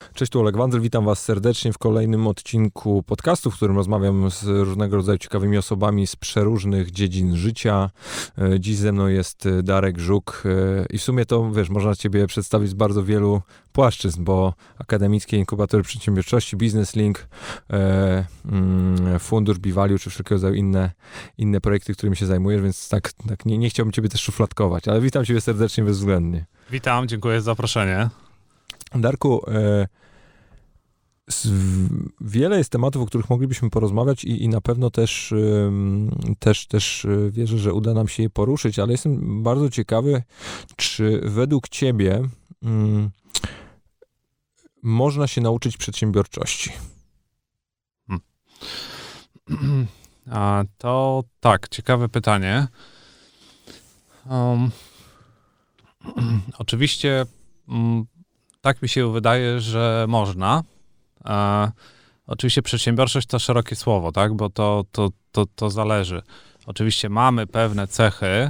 Cześć, tu Oleg Wandel, witam was serdecznie w kolejnym odcinku podcastu, w którym rozmawiam z różnego rodzaju ciekawymi osobami z przeróżnych dziedzin życia. Dziś ze mną jest Darek Żuk i w sumie to, wiesz, można ciebie przedstawić z bardzo wielu płaszczyzn, bo akademickie inkubatory przedsiębiorczości, Business Link, Fundusz Bivalue, czy wszelkiego rodzaju inne projekty, którymi się zajmujesz, więc tak nie chciałbym ciebie też szufladkować, ale witam ciebie serdecznie bezwzględnie. Witam, dziękuję za zaproszenie. Darku, wiele jest tematów, o których moglibyśmy porozmawiać i na pewno też wierzę, że uda nam się je poruszyć, ale jestem bardzo ciekawy, czy według ciebie można się nauczyć przedsiębiorczości? To tak, ciekawe pytanie. Oczywiście tak mi się wydaje, że można. Oczywiście przedsiębiorczość to szerokie słowo, tak? Bo to zależy. Oczywiście mamy pewne cechy,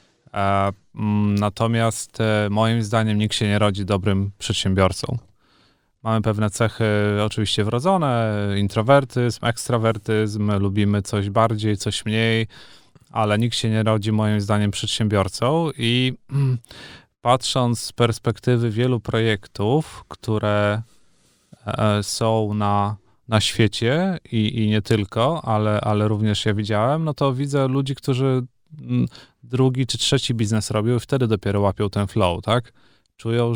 natomiast moim zdaniem nikt się nie rodzi dobrym przedsiębiorcą. Mamy pewne cechy oczywiście wrodzone, introwertyzm, ekstrawertyzm, lubimy coś bardziej, coś mniej, ale nikt się nie rodzi moim zdaniem przedsiębiorcą i patrząc z perspektywy wielu projektów, które są na świecie i nie tylko, ale również ja widziałem, no to widzę ludzi, którzy drugi czy trzeci biznes robią i wtedy dopiero łapią ten flow, tak? Czują,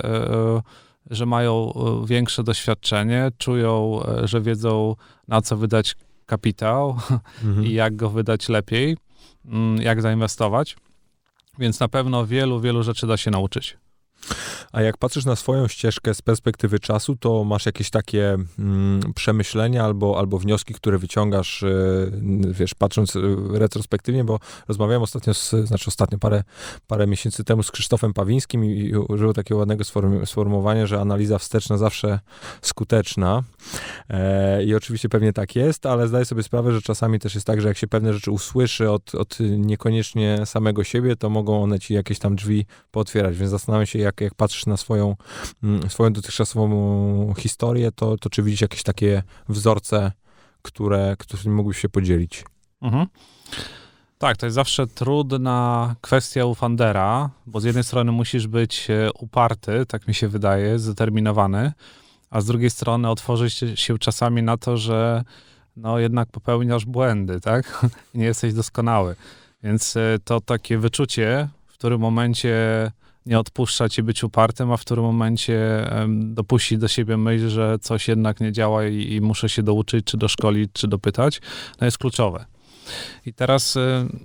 że mają większe doświadczenie, czują, że wiedzą, na co wydać kapitał i jak go wydać lepiej, jak zainwestować. Więc na pewno wielu rzeczy da się nauczyć. A jak patrzysz na swoją ścieżkę z perspektywy czasu, to masz jakieś takie przemyślenia albo wnioski, które wyciągasz, wiesz, patrząc retrospektywnie, bo rozmawiałem ostatnio parę miesięcy temu z Krzysztofem Pawińskim i użył takiego ładnego sformułowania, że analiza wsteczna zawsze skuteczna. I oczywiście pewnie tak jest, ale zdaję sobie sprawę, że czasami też jest tak, że jak się pewne rzeczy usłyszy od niekoniecznie samego siebie, to mogą one ci jakieś tam drzwi pootwierać, więc zastanawiam się, jak patrzysz na swoją dotychczasową historię, to czy widzisz jakieś takie wzorce, którymi mógłbyś się podzielić? Tak, to jest zawsze trudna kwestia u foundera, bo z jednej strony musisz być uparty, tak mi się wydaje, zdeterminowany, a z drugiej strony otworzyć się czasami na to, że no jednak popełniasz błędy, tak? Nie jesteś doskonały. Więc to takie wyczucie, w którym momencie nie odpuszcza ci być upartym, a w którym momencie dopuści do siebie myśl, że coś jednak nie działa i muszę się douczyć, czy doszkolić, czy dopytać, no jest kluczowe. I teraz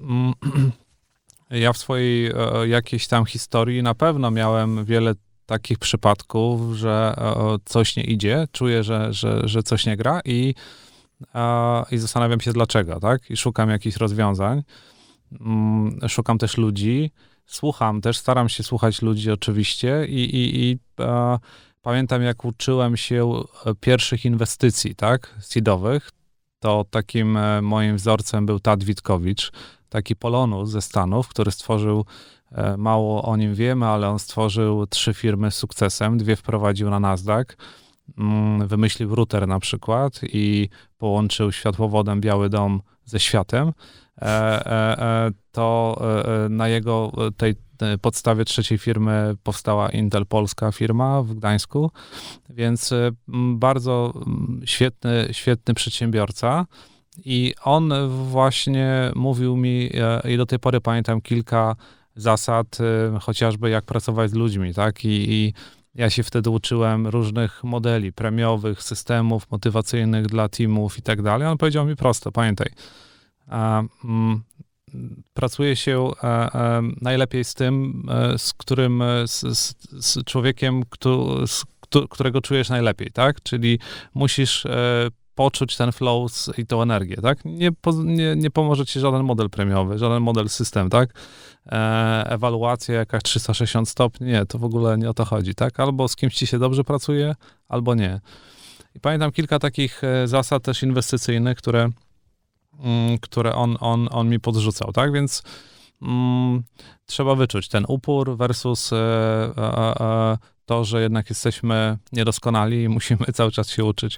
ja w swojej jakiejś tam historii na pewno miałem wiele takich przypadków, że coś nie idzie, czuję, że coś nie gra i zastanawiam się dlaczego, tak? I szukam jakichś rozwiązań. Szukam też ludzi, słucham też, staram się słuchać ludzi oczywiście i pamiętam, jak uczyłem się pierwszych inwestycji, tak, seedowych, to takim moim wzorcem był Tad Witkowicz, taki Polonus ze Stanów, który stworzył, mało o nim wiemy, ale on stworzył 3 firmy z sukcesem, 2 wprowadził na Nasdaq, wymyślił router na przykład i połączył światłowodem Biały Dom ze światem. To na jego tej podstawie 3 firmy powstała Intel Polska firma w Gdańsku, więc bardzo świetny przedsiębiorca i on właśnie mówił mi i do tej pory pamiętam kilka zasad, chociażby jak pracować z ludźmi, tak? I ja się wtedy uczyłem różnych modeli premiowych, systemów motywacyjnych dla teamów i tak dalej. On powiedział mi prosto, pamiętaj, pracuje się najlepiej z tym, z człowiekiem, którego czujesz najlepiej, tak? Czyli musisz poczuć ten flow i tą energię, tak? Nie pomoże ci żaden model premiowy, żaden model system, tak? Ewaluacja jakaś 360 stopni, nie, to w ogóle nie o to chodzi, tak? Albo z kimś ci się dobrze pracuje, albo nie. I pamiętam kilka takich zasad też inwestycyjnych, które on mi podrzucał, tak? Więc trzeba wyczuć ten upór versus to, że jednak jesteśmy niedoskonali i musimy cały czas się uczyć.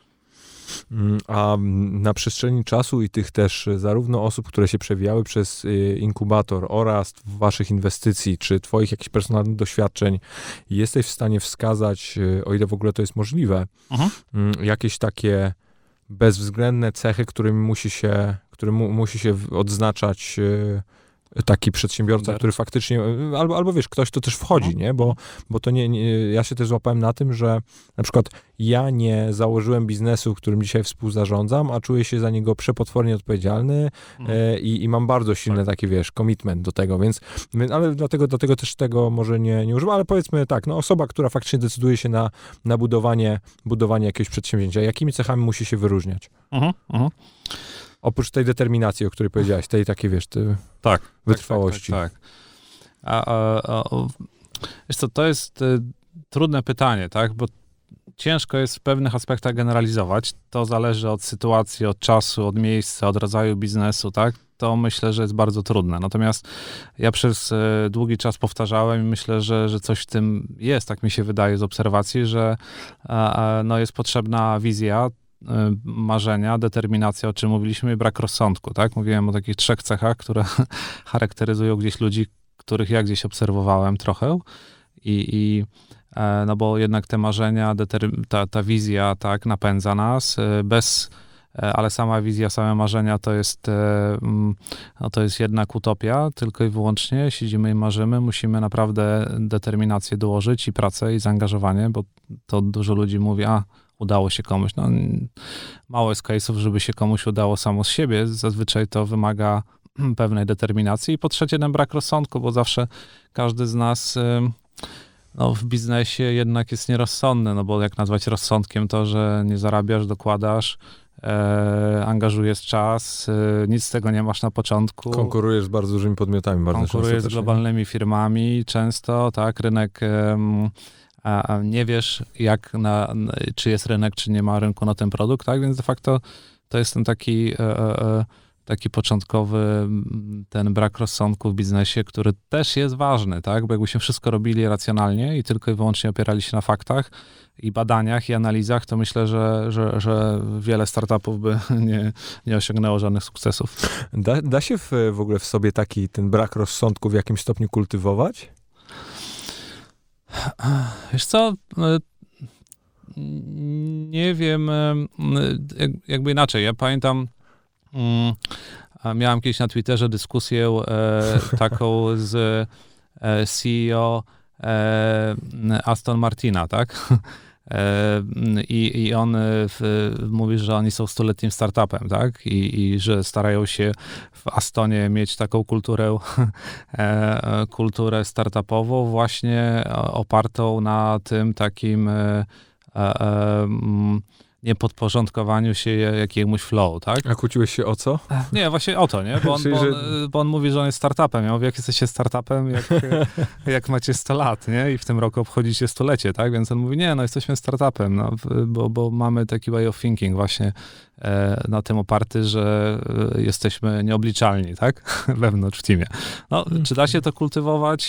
A na przestrzeni czasu i tych też zarówno osób, które się przewijały przez inkubator oraz waszych inwestycji, czy twoich jakichś personalnych doświadczeń, jesteś w stanie wskazać, o ile w ogóle to jest możliwe, jakieś takie bezwzględne cechy, które musi się odznaczać taki przedsiębiorca, który faktycznie, albo wiesz, ktoś, kto też wchodzi, nie? Bo to ja się też złapałem na tym, że na przykład ja nie założyłem biznesu, którym dzisiaj współzarządzam, a czuję się za niego przepotwornie odpowiedzialny i mam bardzo silny taki, wiesz, commitment do tego, więc ale dlatego też tego może nie używam, ale powiedzmy tak, no osoba, która faktycznie decyduje się na budowanie jakiegoś przedsięwzięcia, jakimi cechami musi się wyróżniać? Oprócz tej determinacji, o której powiedziałeś, tej takiej, wiesz, wytrwałości. Tak. Wiesz co, to jest trudne pytanie, tak, bo ciężko jest w pewnych aspektach generalizować. To zależy od sytuacji, od czasu, od miejsca, od rodzaju biznesu, tak. To myślę, że jest bardzo trudne. Natomiast ja przez długi czas powtarzałem i myślę, że coś w tym jest, tak mi się wydaje z obserwacji, że no jest potrzebna wizja, marzenia, determinacja, o czym mówiliśmy, i brak rozsądku, tak? Mówiłem o takich 3 cechach, które charakteryzują gdzieś ludzi, których ja gdzieś obserwowałem trochę no bo jednak te marzenia, ta wizja, tak, napędza nas, ale sama wizja, same marzenia to jest jednak utopia, tylko i wyłącznie siedzimy i marzymy, musimy naprawdę determinację dołożyć i pracę i zaangażowanie, bo to dużo ludzi mówi, udało się komuś. No, mało jest case'ów, żeby się komuś udało samo z siebie. Zazwyczaj to wymaga pewnej determinacji. I po trzecie, ten brak rozsądku, bo zawsze każdy z nas w biznesie jednak jest nierozsądny, no bo jak nazwać rozsądkiem to, że nie zarabiasz, dokładasz, angażujesz czas, nic z tego nie masz na początku. Konkurujesz z bardzo dużymi podmiotami. Konkurujesz z globalnymi firmami często, tak, rynek... A nie wiesz, czy jest rynek, czy nie ma rynku na ten produkt, tak? Więc de facto to jest ten taki początkowy ten brak rozsądku w biznesie, który też jest ważny, tak? Bo jakbyśmy wszystko robili racjonalnie i tylko i wyłącznie opierali się na faktach i badaniach i analizach, to myślę, że wiele startupów by nie osiągnęło żadnych sukcesów. Da się w ogóle w sobie ten brak rozsądku w jakimś stopniu kultywować? Wiesz co, nie wiem, jakby inaczej. Ja pamiętam, miałem kiedyś na Twitterze dyskusję taką z CEO Aston Martina, tak? I on mówi, że oni są 100-letnim startupem, tak? I że starają się w Astonie mieć taką kulturę startupową właśnie opartą na tym takim niepodporządkowaniu się jakiemuś flow, tak? A kłóciłeś się o co? Nie, właśnie o to, nie? Bo on mówi, że on jest startupem. Ja mówię, jak jesteście startupem, jak macie 100 lat, nie? I w tym roku obchodzicie 100-lecie, tak? Więc on mówi, nie, jesteśmy startupem, bo mamy taki way of thinking właśnie na tym oparty, że jesteśmy nieobliczalni, tak? Wewnątrz w teamie. Czy da się to kultywować?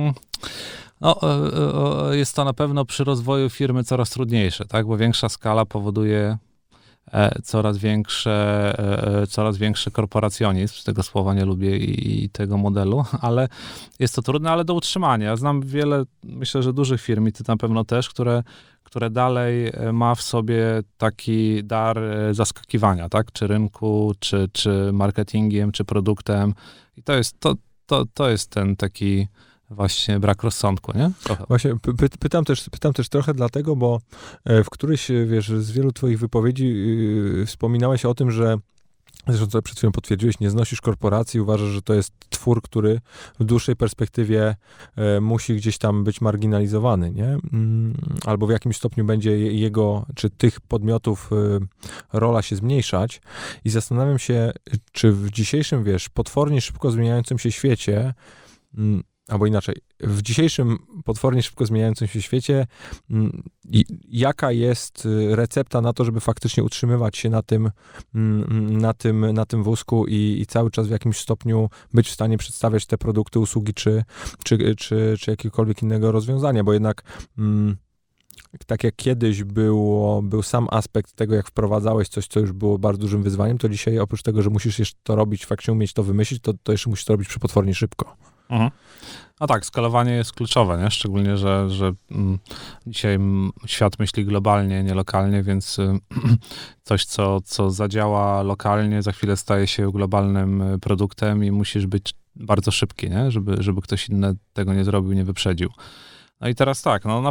Jest to na pewno przy rozwoju firmy coraz trudniejsze, tak? Bo większa skala powoduje coraz większy korporacjonizm. Tego słowa nie lubię i tego modelu, ale jest to trudne, ale do utrzymania. Ja znam wiele, myślę, że dużych firm i ty na pewno też, które dalej ma w sobie taki dar zaskakiwania, tak? Czy rynku, czy marketingiem, czy produktem. I to jest ten taki właśnie brak rozsądku, nie? Trochę. Właśnie pytam też trochę dlatego, bo w którejś, wiesz, z wielu twoich wypowiedzi wspominałeś o tym, że zresztą co przed chwilą potwierdziłeś, nie znosisz korporacji, uważasz, że to jest twór, który w dłuższej perspektywie musi gdzieś tam być marginalizowany, nie? Albo w jakimś stopniu będzie jego, czy tych podmiotów rola się zmniejszać i zastanawiam się, czy w dzisiejszym, wiesz, potwornie szybko zmieniającym się świecie albo inaczej, w dzisiejszym potwornie szybko zmieniającym się świecie, jaka jest recepta na to, żeby faktycznie utrzymywać się na tym wózku i cały czas w jakimś stopniu być w stanie przedstawiać te produkty, usługi, czy jakiegokolwiek innego rozwiązania, bo jednak tak jak kiedyś był sam aspekt tego, jak wprowadzałeś coś, co już było bardzo dużym wyzwaniem, to dzisiaj oprócz tego, że musisz jeszcze to robić, faktycznie umieć to wymyślić, to jeszcze musisz to robić przepotwornie szybko. Mhm. No tak, skalowanie jest kluczowe, nie? Szczególnie, że dzisiaj świat myśli globalnie, nie lokalnie, więc coś, co zadziała lokalnie, za chwilę staje się globalnym produktem i musisz być bardzo szybki, nie? Żeby ktoś inny tego nie zrobił, nie wyprzedził. No i teraz tak, no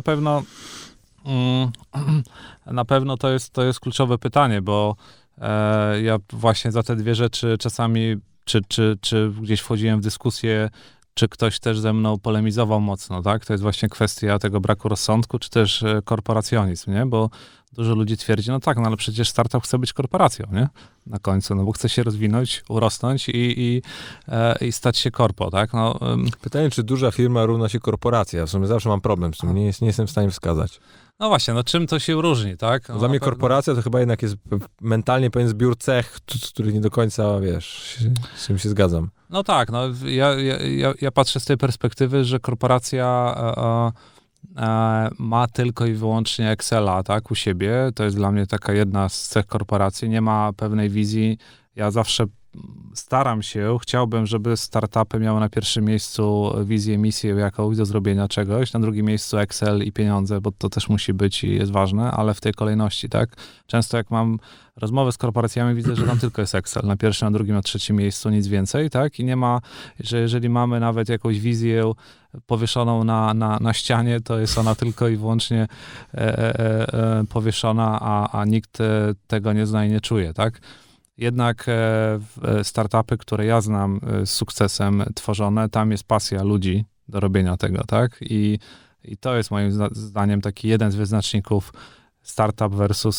na pewno to jest kluczowe pytanie, bo ja właśnie za te dwie rzeczy czasami, czy gdzieś wchodziłem w dyskusję, czy ktoś też ze mną polemizował mocno, tak? To jest właśnie kwestia tego braku rozsądku, czy też korporacjonizm, nie? Bo dużo ludzi twierdzi, no tak, no ale przecież startup chce być korporacją, nie? Na końcu, no bo chce się rozwinąć, urosnąć i stać się korpo, tak? No, pytanie, czy duża firma równa się korporacja? W sumie zawsze mam problem z tym, nie jestem w stanie wskazać. No właśnie, no czym to się różni, tak? No dla mnie korporacja to chyba jednak jest mentalnie pewien zbiór cech, który nie do końca, wiesz, z czym się zgadzam. No tak, no ja patrzę z tej perspektywy, że korporacja ma tylko i wyłącznie Excela, tak, u siebie. To jest dla mnie taka jedna z cech korporacji. Nie ma pewnej wizji. Ja zawsze chciałbym, żeby startupy miały na pierwszym miejscu wizję, misję jakąś do zrobienia czegoś, na drugim miejscu Excel i pieniądze, bo to też musi być i jest ważne, ale w tej kolejności, tak? Często jak mam rozmowy z korporacjami, widzę, że tam tylko jest Excel, na pierwszym, na drugim, na trzecim miejscu, nic więcej, tak? I nie ma, że jeżeli mamy nawet jakąś wizję powieszoną na ścianie, to jest ona tylko i wyłącznie powieszona, a nikt tego nie zna i nie czuje, tak? Jednak startupy, które ja znam z sukcesem tworzone, tam jest pasja ludzi do robienia tego, tak? I to jest moim zdaniem taki jeden z wyznaczników startup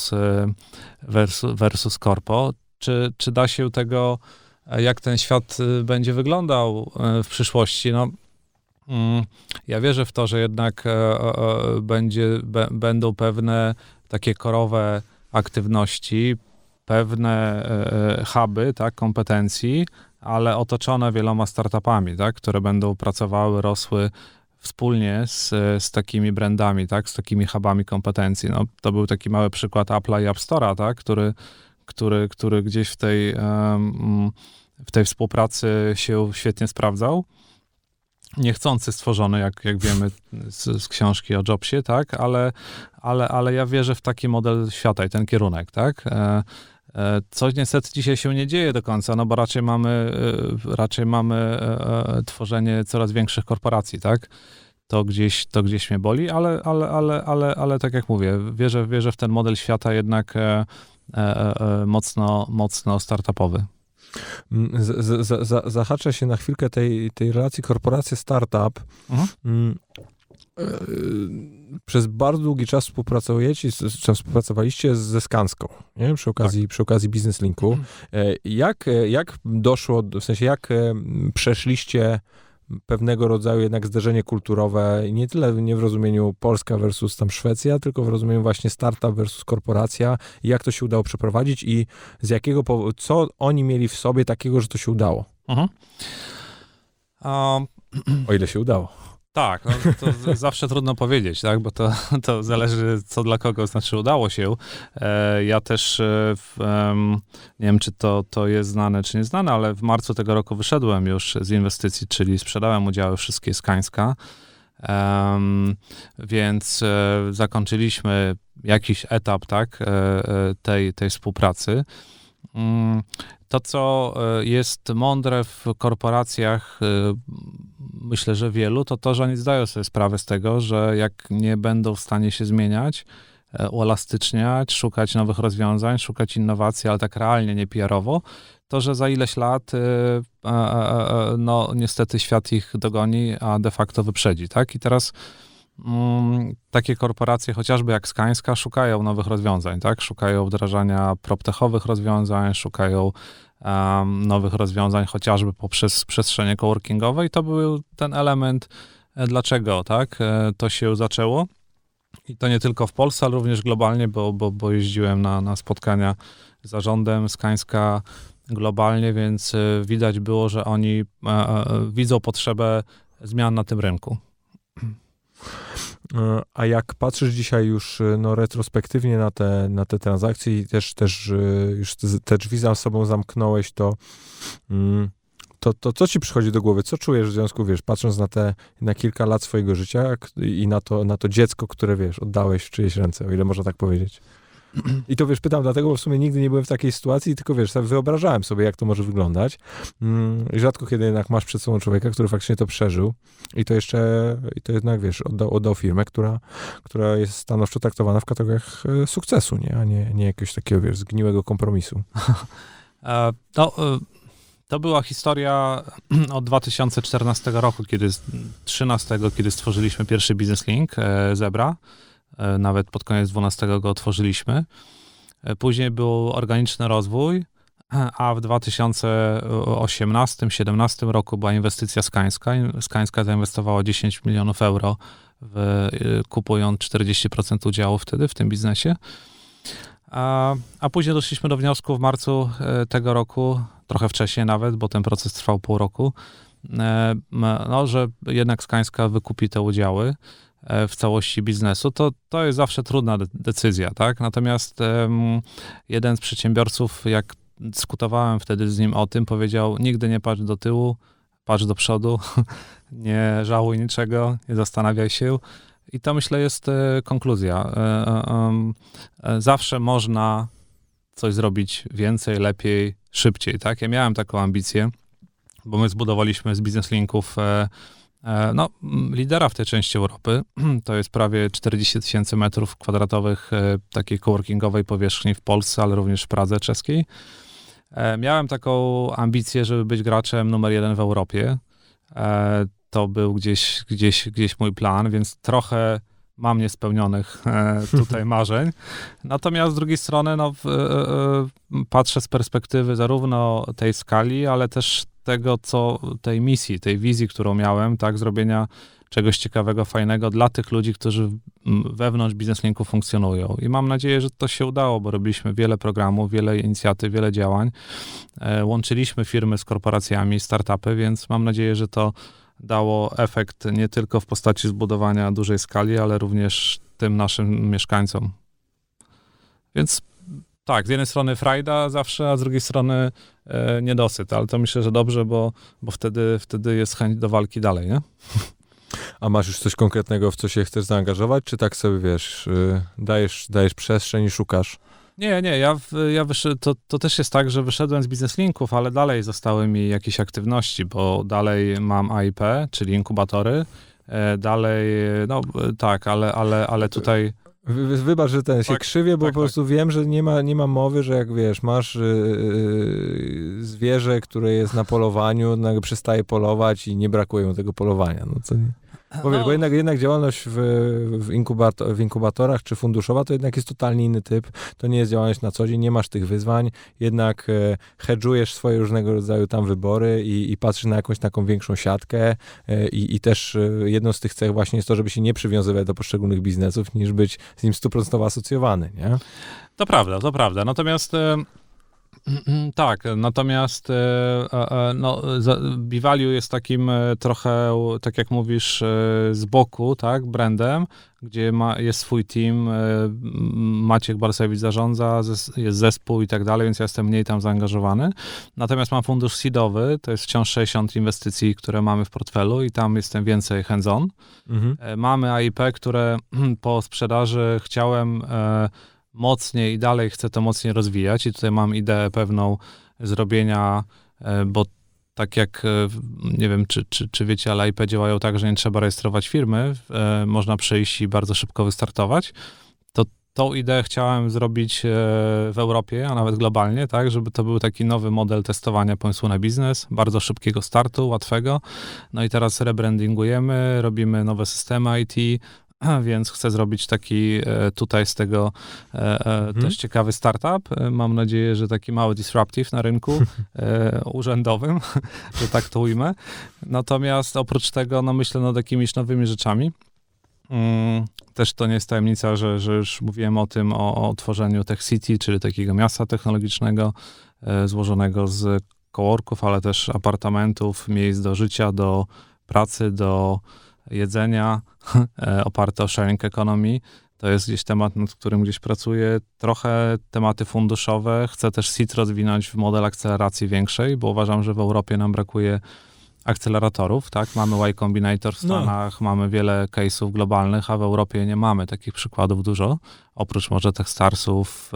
versus korpo. Czy da się tego, jak ten świat będzie wyglądał w przyszłości? No, ja wierzę w to, że jednak będą pewne takie korowe aktywności, pewne huby, tak, kompetencji, ale otoczone wieloma startupami, tak, które będą pracowały, rosły wspólnie z takimi brandami, tak, z takimi hubami kompetencji. No, to był taki mały przykład Apple'a i App Store'a, tak, który gdzieś w tej współpracy się świetnie sprawdzał. Niechcący stworzony, jak wiemy z książki o Jobsie, tak, ale ja wierzę w taki model świata i ten kierunek, tak. Coś niestety dzisiaj się nie dzieje do końca, no bo raczej mamy tworzenie coraz większych korporacji, tak? To gdzieś mnie boli, ale tak jak mówię, wierzę w ten model świata jednak mocno startupowy. Zahaczę się na chwilkę tej relacji korporacja-startup. Przez bardzo długi czas współpracowaliście ze Skanską, nie? Przy okazji Business Linku. Jak doszło, w sensie jak przeszliście pewnego rodzaju jednak zderzenie kulturowe, nie tyle nie w rozumieniu Polska versus tam Szwecja, tylko w rozumieniu właśnie startup versus korporacja, jak to się udało przeprowadzić i z jakiego powodu, co oni mieli w sobie takiego, że to się udało? O ile się udało. Tak, no to zawsze trudno powiedzieć, tak, bo to zależy co dla kogo, znaczy udało się. Ja też, nie wiem czy to jest znane, czy nie znane, ale w marcu tego roku wyszedłem już z inwestycji, czyli sprzedałem udziały wszystkie Skańska, więc zakończyliśmy jakiś etap, tak, tej współpracy. To, co jest mądre w korporacjach, myślę, że wielu, to, że oni zdają sobie sprawę z tego, że jak nie będą w stanie się zmieniać, uelastyczniać, szukać nowych rozwiązań, szukać innowacji, ale tak realnie, nie PR-owo, to, że za ileś lat no niestety świat ich dogoni, a de facto wyprzedzi, tak? I teraz takie korporacje, chociażby jak Skańska, szukają nowych rozwiązań, tak? Szukają wdrażania proptechowych rozwiązań, szukają nowych rozwiązań, chociażby poprzez przestrzenie coworkingowe i to był ten element, dlaczego tak to się zaczęło. I to nie tylko w Polsce, ale również globalnie, bo jeździłem na spotkania z zarządem Skanska globalnie, więc widać było, że oni widzą potrzebę zmian na tym rynku. A jak patrzysz dzisiaj już retrospektywnie na te transakcje i też już te drzwi za sobą zamknąłeś, to co ci przychodzi do głowy? Co czujesz w związku, patrząc na kilka lat swojego życia i na to dziecko, które, oddałeś w czyjeś ręce, o ile można tak powiedzieć? I to, pytam dlatego, bo w sumie nigdy nie byłem w takiej sytuacji, tylko, wyobrażałem sobie, jak to może wyglądać. I rzadko kiedy jednak masz przed sobą człowieka, który faktycznie to przeżył i to jednak, oddał firmę, która jest stanowczo traktowana w kategoriach sukcesu, nie? A nie jakiegoś takiego, zgniłego kompromisu. To była historia od 2014 roku, kiedy stworzyliśmy pierwszy Business Link, Zebra. Nawet pod koniec 12 go otworzylimy. Później był organiczny rozwój, a w 2018-2017 roku była inwestycja Skanska. Skanska zainwestowała 10 milionów euro, kupując 40% udziału wtedy w tym biznesie. A później doszliśmy do wniosku w marcu tego roku, trochę wcześniej nawet, bo ten proces trwał pół roku, że jednak Skanska wykupi te udziały w całości biznesu. To jest zawsze trudna decyzja, tak? Natomiast jeden z przedsiębiorców, jak dyskutowałem wtedy z nim o tym, powiedział: nigdy nie patrz do tyłu, patrz do przodu, nie żałuj niczego, nie zastanawiaj się. I to, myślę, jest konkluzja. Zawsze można coś zrobić więcej, lepiej, szybciej, tak? Ja miałem taką ambicję, bo my zbudowaliśmy z Business Linków lidera w tej części Europy. To jest prawie 40 000 metrów kwadratowych takiej coworkingowej powierzchni w Polsce, ale również w Pradze czeskiej. Miałem taką ambicję, żeby być graczem numer 1 w Europie. To był gdzieś mój plan, więc trochę mam niespełnionych tutaj marzeń. Natomiast z drugiej strony patrzę z perspektywy zarówno tej skali, ale też tej misji, tej wizji, którą miałem, tak, zrobienia czegoś ciekawego, fajnego dla tych ludzi, którzy wewnątrz Business Linku funkcjonują. I mam nadzieję, że to się udało, bo robiliśmy wiele programów, wiele inicjatyw, wiele działań. Łączyliśmy firmy z korporacjami, startupy, więc mam nadzieję, że to dało efekt nie tylko w postaci zbudowania dużej skali, ale również tym naszym mieszkańcom. Więc tak, z jednej strony frajda zawsze, a z drugiej strony niedosyt, ale to myślę, że dobrze, bo wtedy jest chęć do walki dalej, nie? A masz już coś konkretnego, w co się chcesz zaangażować, czy tak sobie, dajesz przestrzeń i szukasz? Nie, ja to też jest tak, że wyszedłem z Business Linków, ale dalej zostały mi jakieś aktywności, bo dalej mam AIP, czyli inkubatory, dalej, tak, ale tutaj... Wybacz, że się krzywię, bo po prostu wiem, że nie ma mowy, że jak masz zwierzę, które jest na polowaniu, nagle przestaje polować i nie brakuje mu tego polowania. Bo jednak działalność w inkubatorach czy funduszowa to jednak jest totalnie inny typ. To nie jest działalność na co dzień, nie masz tych wyzwań, jednak hedżujesz swoje różnego rodzaju tam wybory i patrzysz na jakąś taką większą siatkę i też jedną z tych cech właśnie jest to, żeby się nie przywiązywać do poszczególnych biznesów, niż być z nim 100% asocjowany, nie? To prawda. Natomiast B-Value jest takim trochę, tak jak mówisz, z boku, tak, brandem, gdzie jest swój team, Maciek Barsewicz zarządza, jest zespół i tak dalej, więc ja jestem mniej tam zaangażowany. Natomiast mam fundusz seedowy, to jest wciąż 60 inwestycji, które mamy w portfelu i tam jestem więcej hands-on. Mamy AIP, które po sprzedaży chciałem mocniej i dalej chcę to mocniej rozwijać i tutaj mam ideę pewną zrobienia, bo tak jak, nie wiem, czy wiecie, ale IP działają tak, że nie trzeba rejestrować firmy, można przyjść i bardzo szybko wystartować. Tą ideę chciałem zrobić w Europie, a nawet globalnie, tak, żeby to był taki nowy model testowania pomysłu na biznes, bardzo szybkiego startu, łatwego. No i teraz rebrandingujemy, robimy nowe systemy IT, więc chcę zrobić taki tutaj z tego też ciekawy startup. Mam nadzieję, że taki mały disruptive na rynku urzędowym, że tak to ujmę. Natomiast oprócz tego, no myślę nad jakimiś nowymi rzeczami. Też to nie jest tajemnica, że już mówiłem o tym, o tworzeniu Tech City, czyli takiego miasta technologicznego złożonego z coworków, ale też apartamentów, miejsc do życia, do pracy, do jedzenia, oparte o sharing economy. To jest gdzieś temat, nad którym gdzieś pracuję. Trochę tematy funduszowe. Chcę też seed rozwinąć w model akceleracji większej, bo uważam, że w Europie nam brakuje akceleratorów, tak? Mamy Y Combinator w Stanach, mamy wiele case'ów globalnych, a w Europie nie mamy takich przykładów dużo. Oprócz może Techstarsów,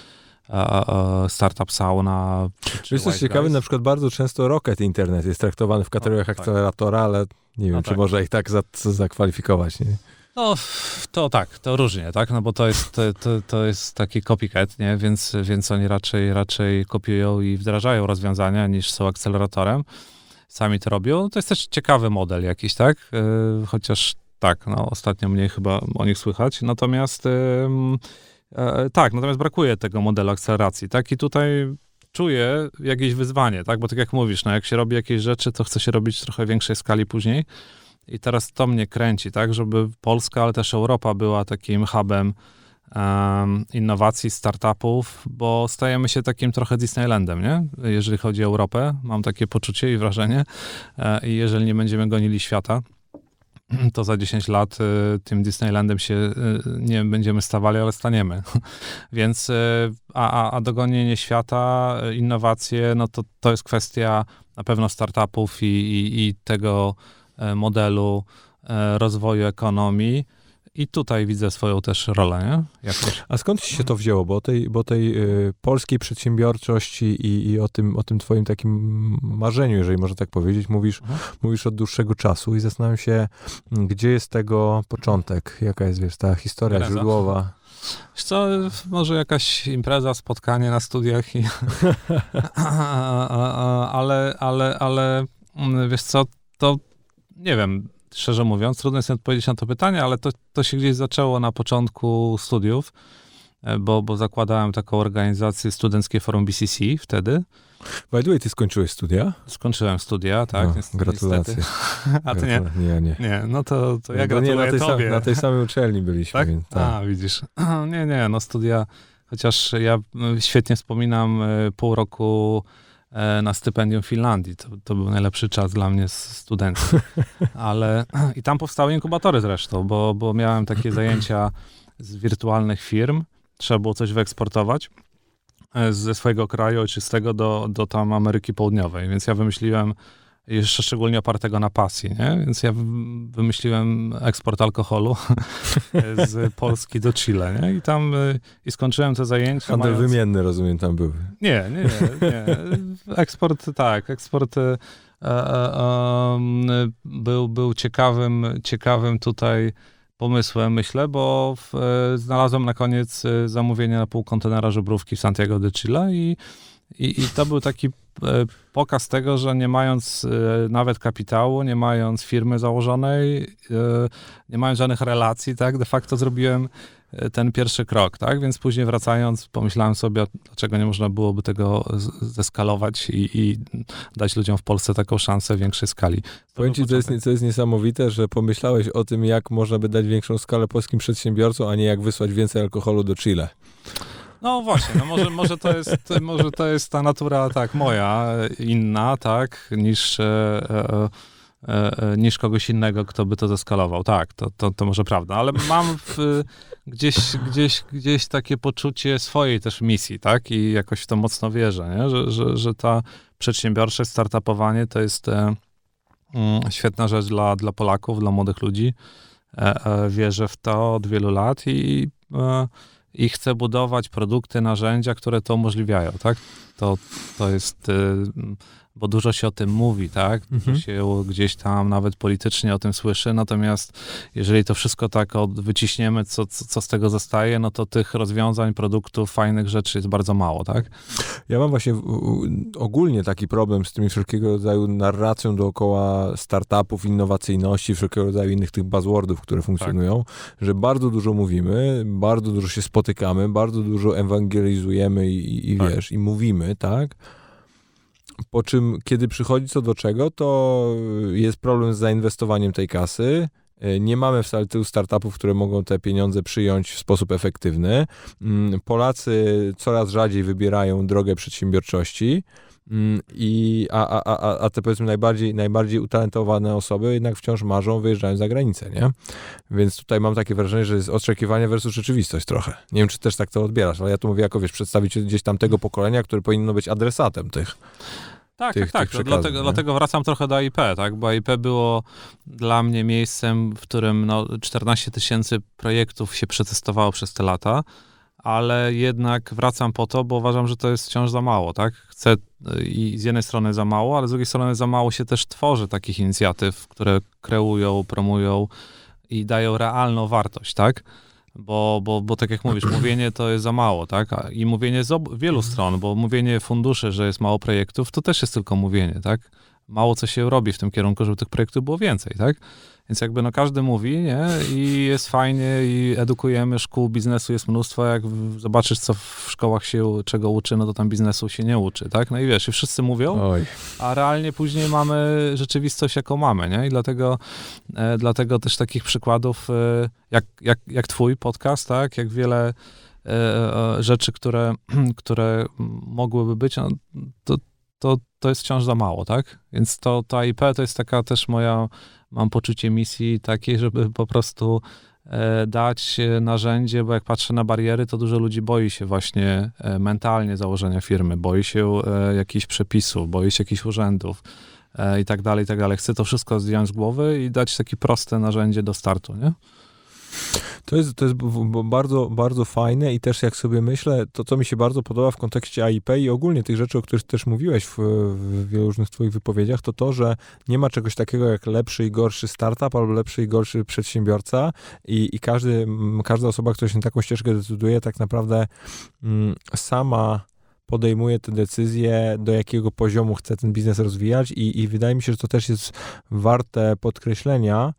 Startup Sauna. Jest coś ciekawe, na przykład bardzo często Rocket Internet jest traktowany w kategoriach akceleratora, ale nie wiem, czy można ich tak zakwalifikować, nie? No, to tak, to różnie, tak? No bo to jest taki copycat, nie? Więc oni raczej kopiują i wdrażają rozwiązania, niż są akceleratorem. Sami to robią. To jest też ciekawy model jakiś, tak? Chociaż tak, no ostatnio mniej chyba o nich słychać. Natomiast natomiast brakuje tego modelu akceleracji, tak? I tutaj czuję jakieś wyzwanie, tak? Bo tak jak mówisz, no jak się robi jakieś rzeczy, to chce się robić w trochę większej skali później. I teraz to mnie kręci, tak? Żeby Polska, ale też Europa była takim hubem innowacji, startupów, bo stajemy się takim trochę Disneylandem, nie? Jeżeli chodzi o Europę, mam takie poczucie i wrażenie. I jeżeli nie będziemy gonili świata, to za 10 lat tym Disneylandem się nie będziemy stawali, ale staniemy. Więc a dogonienie świata, innowacje, no to jest kwestia na pewno startupów i tego modelu rozwoju ekonomii. I tutaj widzę swoją też rolę, nie? Jakoś. A skąd ci się to wzięło? Bo tej polskiej przedsiębiorczości i o tym twoim takim marzeniu, jeżeli można tak powiedzieć, mówisz od dłuższego czasu i zastanawiam się, gdzie jest tego początek? Jaka jest, wiesz, ta historia źródłowa? Wiesz co, może jakaś impreza, spotkanie na studiach, ale wiesz co, to nie wiem, szczerze mówiąc, trudno jest odpowiedzieć na to pytanie, ale to się gdzieś zaczęło na początku studiów, bo zakładałem taką organizację Studenckie Forum BCC wtedy. By the way, ty skończyłeś studia? Skończyłem studia, tak. No, gratulacje. A ty nie? Nie. Nie, no to ja gratuluję tobie. Na tej samej uczelni byliśmy. Tak? Więc, tak. A, widzisz. Nie, no studia, chociaż ja świetnie wspominam pół roku na stypendium w Finlandii. To był najlepszy czas dla mnie studencki. Ale i tam powstały inkubatory zresztą, bo miałem takie zajęcia z wirtualnych firm. Trzeba było coś wyeksportować ze swojego kraju ojczystego do tam Ameryki Południowej. Więc ja wymyśliłem, jeszcze szczególnie opartego na pasji, nie? Więc ja wymyśliłem eksport alkoholu z Polski do Chile, nie? I tam skończyłem te zajęcia. Handel wymienny, rozumiem, tam był. Nie. Eksport był ciekawym tutaj pomysłem, myślę, bo znalazłem na koniec zamówienie na pół kontenera żubrówki w Santiago de Chile i to był taki pokaz tego, że nie mając nawet kapitału, nie mając firmy założonej, nie mając żadnych relacji, tak, de facto zrobiłem ten pierwszy krok, tak, więc później wracając pomyślałem sobie, dlaczego nie można byłoby tego zeskalować i dać ludziom w Polsce taką szansę większej skali. Powiem ci, co jest niesamowite, że pomyślałeś o tym, jak można by dać większą skalę polskim przedsiębiorcom, a nie jak wysłać więcej alkoholu do Chile. No właśnie, no może to jest ta natura, tak, moja, inna, tak, niż kogoś innego, kto by to zeskalował. Tak, to może prawda, ale mam gdzieś takie poczucie swojej też misji, tak, i jakoś w to mocno wierzę, nie? Że ta przedsiębiorczość, startupowanie to jest świetna rzecz dla Polaków, dla młodych ludzi. Wierzę w to od wielu lat i chcę budować produkty, narzędzia, które to umożliwiają, tak? To jest, bo dużo się o tym mówi, tak? Dużo się gdzieś tam nawet politycznie o tym słyszy, natomiast jeżeli to wszystko tak wyciśniemy, co z tego zostaje, no to tych rozwiązań, produktów, fajnych rzeczy jest bardzo mało, tak? Ja mam właśnie ogólnie taki problem z tymi wszelkiego rodzaju narracją dookoła startupów, innowacyjności, wszelkiego rodzaju innych tych buzzwordów, które funkcjonują, że bardzo dużo mówimy, bardzo dużo się spotykamy, bardzo dużo ewangelizujemy i wiesz, i mówimy, tak? Po czym, kiedy przychodzi co do czego, to jest problem z zainwestowaniem tej kasy. Nie mamy wcale tylu startupów, które mogą te pieniądze przyjąć w sposób efektywny. Polacy coraz rzadziej wybierają drogę przedsiębiorczości. A te, powiedzmy, najbardziej utalentowane osoby jednak wciąż marzą, wyjeżdżają za granicę, nie? Więc tutaj mam takie wrażenie, że jest oczekiwanie versus rzeczywistość trochę. Nie wiem, czy też tak to odbierasz, ale ja tu mówię jako, wiesz, przedstawiciel gdzieś tam tego pokolenia, które powinno być adresatem tych. Tak. Dlatego wracam trochę do AIP, tak? Bo AIP było dla mnie miejscem, w którym 14 000 projektów się przetestowało przez te lata, ale jednak wracam po to, bo uważam, że to jest wciąż za mało, tak? Chcę i z jednej strony za mało, ale z drugiej strony za mało się też tworzy takich inicjatyw, które kreują, promują i dają realną wartość, tak? Bo tak jak mówisz, mówienie to jest za mało, tak? I mówienie z wielu stron, bo mówienie funduszy, że jest mało projektów, to też jest tylko mówienie, tak? Mało co się robi w tym kierunku, żeby tych projektów było więcej, tak? Więc jakby każdy mówi, nie? I jest fajnie i edukujemy, szkół biznesu jest mnóstwo, jak zobaczysz, co w szkołach się czego uczy, no to tam biznesu się nie uczy, tak? No i wiesz, i wszyscy mówią, a realnie później mamy rzeczywistość, jaką mamy, nie? I dlatego też takich przykładów, jak twój podcast, tak? Jak wiele rzeczy, które mogłyby być, no, to jest wciąż za mało, tak? Więc to AIP to jest taka też mam poczucie misji takiej, żeby po prostu dać narzędzie, bo jak patrzę na bariery, to dużo ludzi boi się właśnie mentalnie założenia firmy, boi się jakichś przepisów, boi się jakichś urzędów i tak dalej, i tak dalej. Chcę to wszystko zdjąć z głowy i dać takie proste narzędzie do startu, nie? To jest bardzo, bardzo fajne i też jak sobie myślę, to co mi się bardzo podoba w kontekście AIP i ogólnie tych rzeczy, o których też mówiłeś w wielu różnych twoich wypowiedziach, to, że nie ma czegoś takiego jak lepszy i gorszy startup albo lepszy i gorszy przedsiębiorca i każda osoba, która się na taką ścieżkę decyduje, tak naprawdę sama podejmuje te decyzje, do jakiego poziomu chce ten biznes rozwijać i wydaje mi się, że to też jest warte podkreślenia,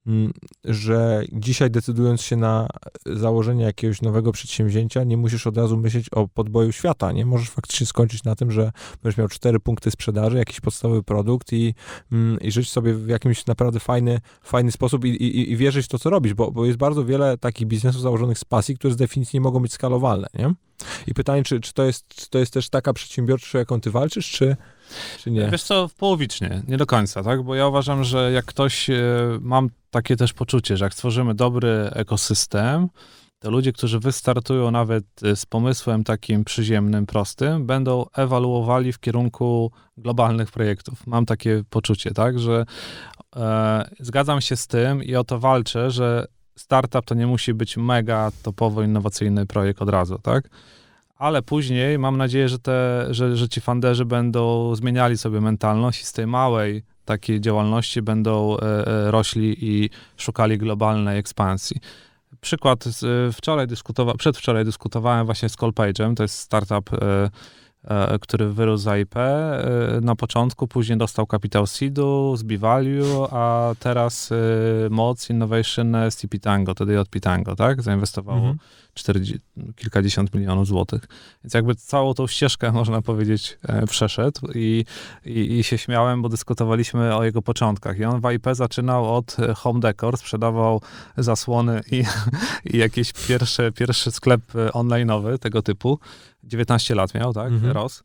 że dzisiaj decydując się na założenie jakiegoś nowego przedsięwzięcia, nie musisz od razu myśleć o podboju świata, nie? Możesz faktycznie skończyć na tym, że będziesz miał 4 punkty sprzedaży, jakiś podstawowy produkt i żyć sobie w jakimś naprawdę fajny sposób i wierzyć w to, co robisz, bo jest bardzo wiele takich biznesów założonych z pasji, które z definicji nie mogą być skalowalne, nie? I pytanie, czy to jest też taka przedsiębiorczość, jaką ty walczysz, czy nie? Wiesz co, połowicznie, nie do końca, tak? Bo ja uważam, że jak ktoś, mam takie też poczucie, że jak stworzymy dobry ekosystem, to ludzie, którzy wystartują nawet z pomysłem takim przyziemnym, prostym, będą ewaluowali w kierunku globalnych projektów. Mam takie poczucie, tak? Że zgadzam się z tym i o to walczę, że startup to nie musi być mega topowo innowacyjny projekt od razu, tak? Ale później mam nadzieję, że ci funderzy będą zmieniali sobie mentalność i z tej małej takiej działalności będą rośli i szukali globalnej ekspansji. Przykład, przedwczoraj dyskutowałem właśnie z Callpage'em, to jest startup, który wyrósł z AIP na początku, później dostał kapitał seedu z B-Value, a teraz Moc Innovation z Pitango, wtedy od Pitango, tak? Zainwestowało kilkadziesiąt milionów złotych. Więc jakby całą tą ścieżkę, można powiedzieć, przeszedł i się śmiałem, bo dyskutowaliśmy o jego początkach. I on w AIP zaczynał od home decor, sprzedawał zasłony i jakieś pierwszy sklep online'owy tego typu. 19 lat miał, tak? Ros.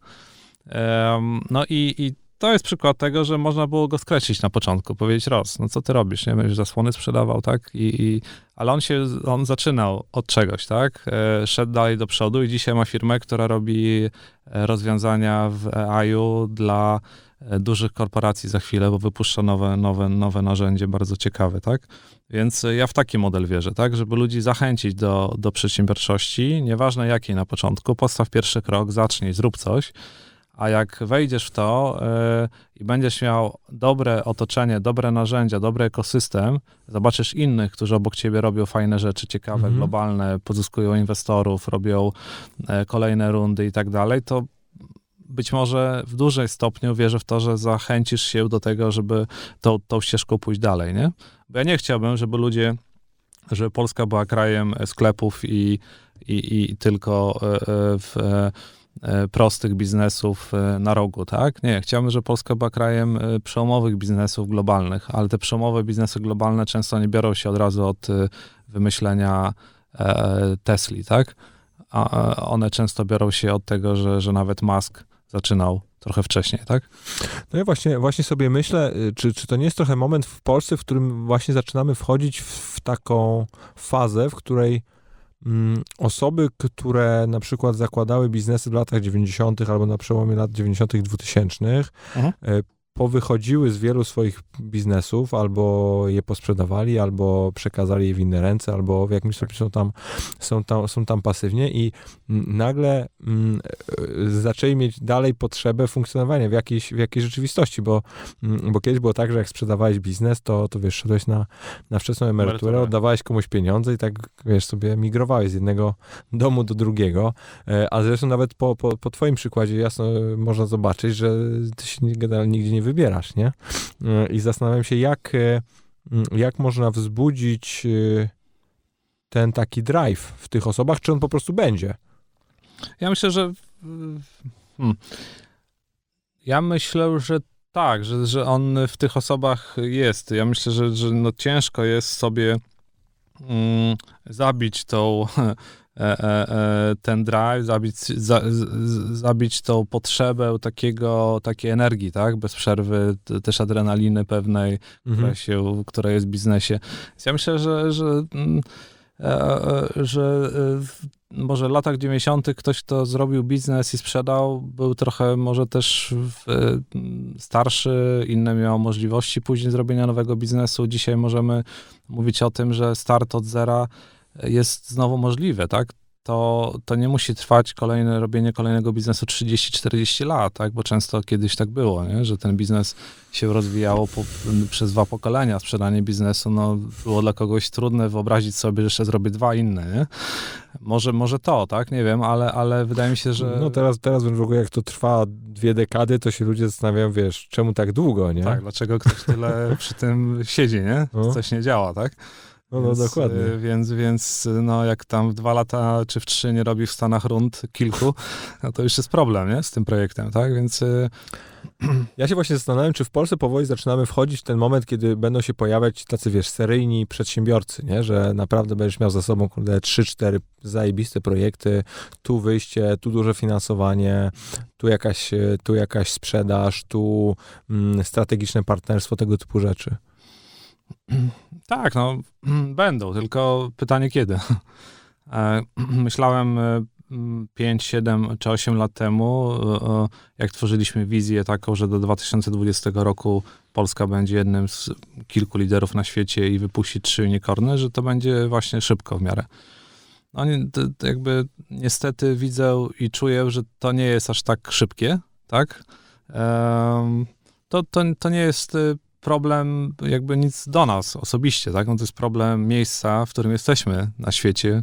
No i to jest przykład tego, że można było go skreślić na początku, powiedzieć: Ros, no co ty robisz, nie? Będziesz zasłony sprzedawał, tak? Ale on zaczynał od czegoś, tak? Szedł dalej do przodu i dzisiaj ma firmę, która robi rozwiązania w AI-u dla dużych korporacji za chwilę, bo wypuszcza nowe narzędzie, bardzo ciekawe, tak? Więc ja w taki model wierzę, tak? Żeby ludzi zachęcić do przedsiębiorczości, nieważne jakiej na początku, postaw pierwszy krok, zacznij, zrób coś, a jak wejdziesz w to i będziesz miał dobre otoczenie, dobre narzędzia, dobry ekosystem, zobaczysz innych, którzy obok ciebie robią fajne rzeczy, ciekawe, globalne, pozyskują inwestorów, robią kolejne rundy i tak dalej, to być może w dużej stopniu wierzę w to, że zachęcisz się do tego, żeby tą ścieżką pójść dalej, nie? Bo ja nie chciałbym, żeby Polska była krajem sklepów i tylko prostych biznesów na rogu, tak? Nie, chciałbym, żeby Polska była krajem przełomowych biznesów globalnych, ale te przełomowe biznesy globalne często nie biorą się od razu od wymyślenia Tesli, tak? A one często biorą się od tego, że nawet Musk zaczynał trochę wcześniej, tak? No ja właśnie sobie myślę, czy to nie jest trochę moment w Polsce, w którym właśnie zaczynamy wchodzić w taką fazę, w której osoby, które na przykład zakładały biznesy w latach 90. albo na przełomie lat 90. i 2000, powychodziły z wielu swoich biznesów, albo je posprzedawali, albo przekazali je w inne ręce, albo w jakimś stopniu są tam pasywnie i nagle zaczęli mieć dalej potrzebę funkcjonowania w jakiejś rzeczywistości, bo kiedyś było tak, że jak sprzedawałeś biznes, to wiesz, szedłeś na wczesną emeryturę, oddawałeś komuś pieniądze i tak, wiesz, sobie migrowałeś z jednego domu do drugiego, a zresztą nawet po twoim przykładzie jasno można zobaczyć, że ty się nigdzie nie wybierasz, nie? I zastanawiam się, jak można wzbudzić ten taki drive w tych osobach, czy on po prostu będzie? Ja myślę, że tak, że on w tych osobach jest. Ja myślę, że no ciężko jest sobie zabić ten drive, zabić tą potrzebę takiej energii, tak? Bez przerwy, też adrenaliny pewnej, która jest w biznesie. Więc ja myślę, że może w latach 90. ktoś, kto zrobił biznes i sprzedał, był trochę może też starszy, inne miał możliwości później zrobienia nowego biznesu. Dzisiaj możemy mówić o tym, że start od zera jest znowu możliwe, tak? To nie musi trwać robienie kolejnego biznesu 30-40 lat, tak? Bo często kiedyś tak było, nie? Że ten biznes się rozwijało przez 2 pokolenia. Sprzedanie biznesu było dla kogoś trudne wyobrazić sobie, że jeszcze zrobię 2 inne. Nie? Może to, tak? Nie wiem, ale wydaje mi się, że... No teraz w ogóle jak to trwa 2 dekady, to się ludzie zastanawiają, wiesz, czemu tak długo, nie? Tak, dlaczego ktoś tyle przy tym siedzi, nie? Coś nie działa, tak? No dokładnie. Więc jak tam w 2 lata czy w 3 nie robi w Stanach rund kilku, no to już jest problem, nie? Z tym projektem, tak? Więc... Ja się właśnie zastanawiam, czy w Polsce powoli zaczynamy wchodzić w ten moment, kiedy będą się pojawiać tacy, wiesz, seryjni przedsiębiorcy, nie? Że naprawdę będziesz miał za sobą 3-4 zajebiste projekty, tu wyjście, tu duże finansowanie, tu jakaś sprzedaż, tu strategiczne partnerstwo, tego typu rzeczy. Tak, będą, tylko pytanie kiedy. Myślałem 5, 7 czy 8 lat temu, jak tworzyliśmy wizję taką, że do 2020 roku Polska będzie jednym z kilku liderów na świecie i wypuści 3 unicorny, że to będzie właśnie szybko w miarę. Jakby niestety widzę i czuję, że to nie jest aż tak szybkie, tak? To nie jest problem jakby nic do nas osobiście, tak? To jest problem miejsca, w którym jesteśmy na świecie.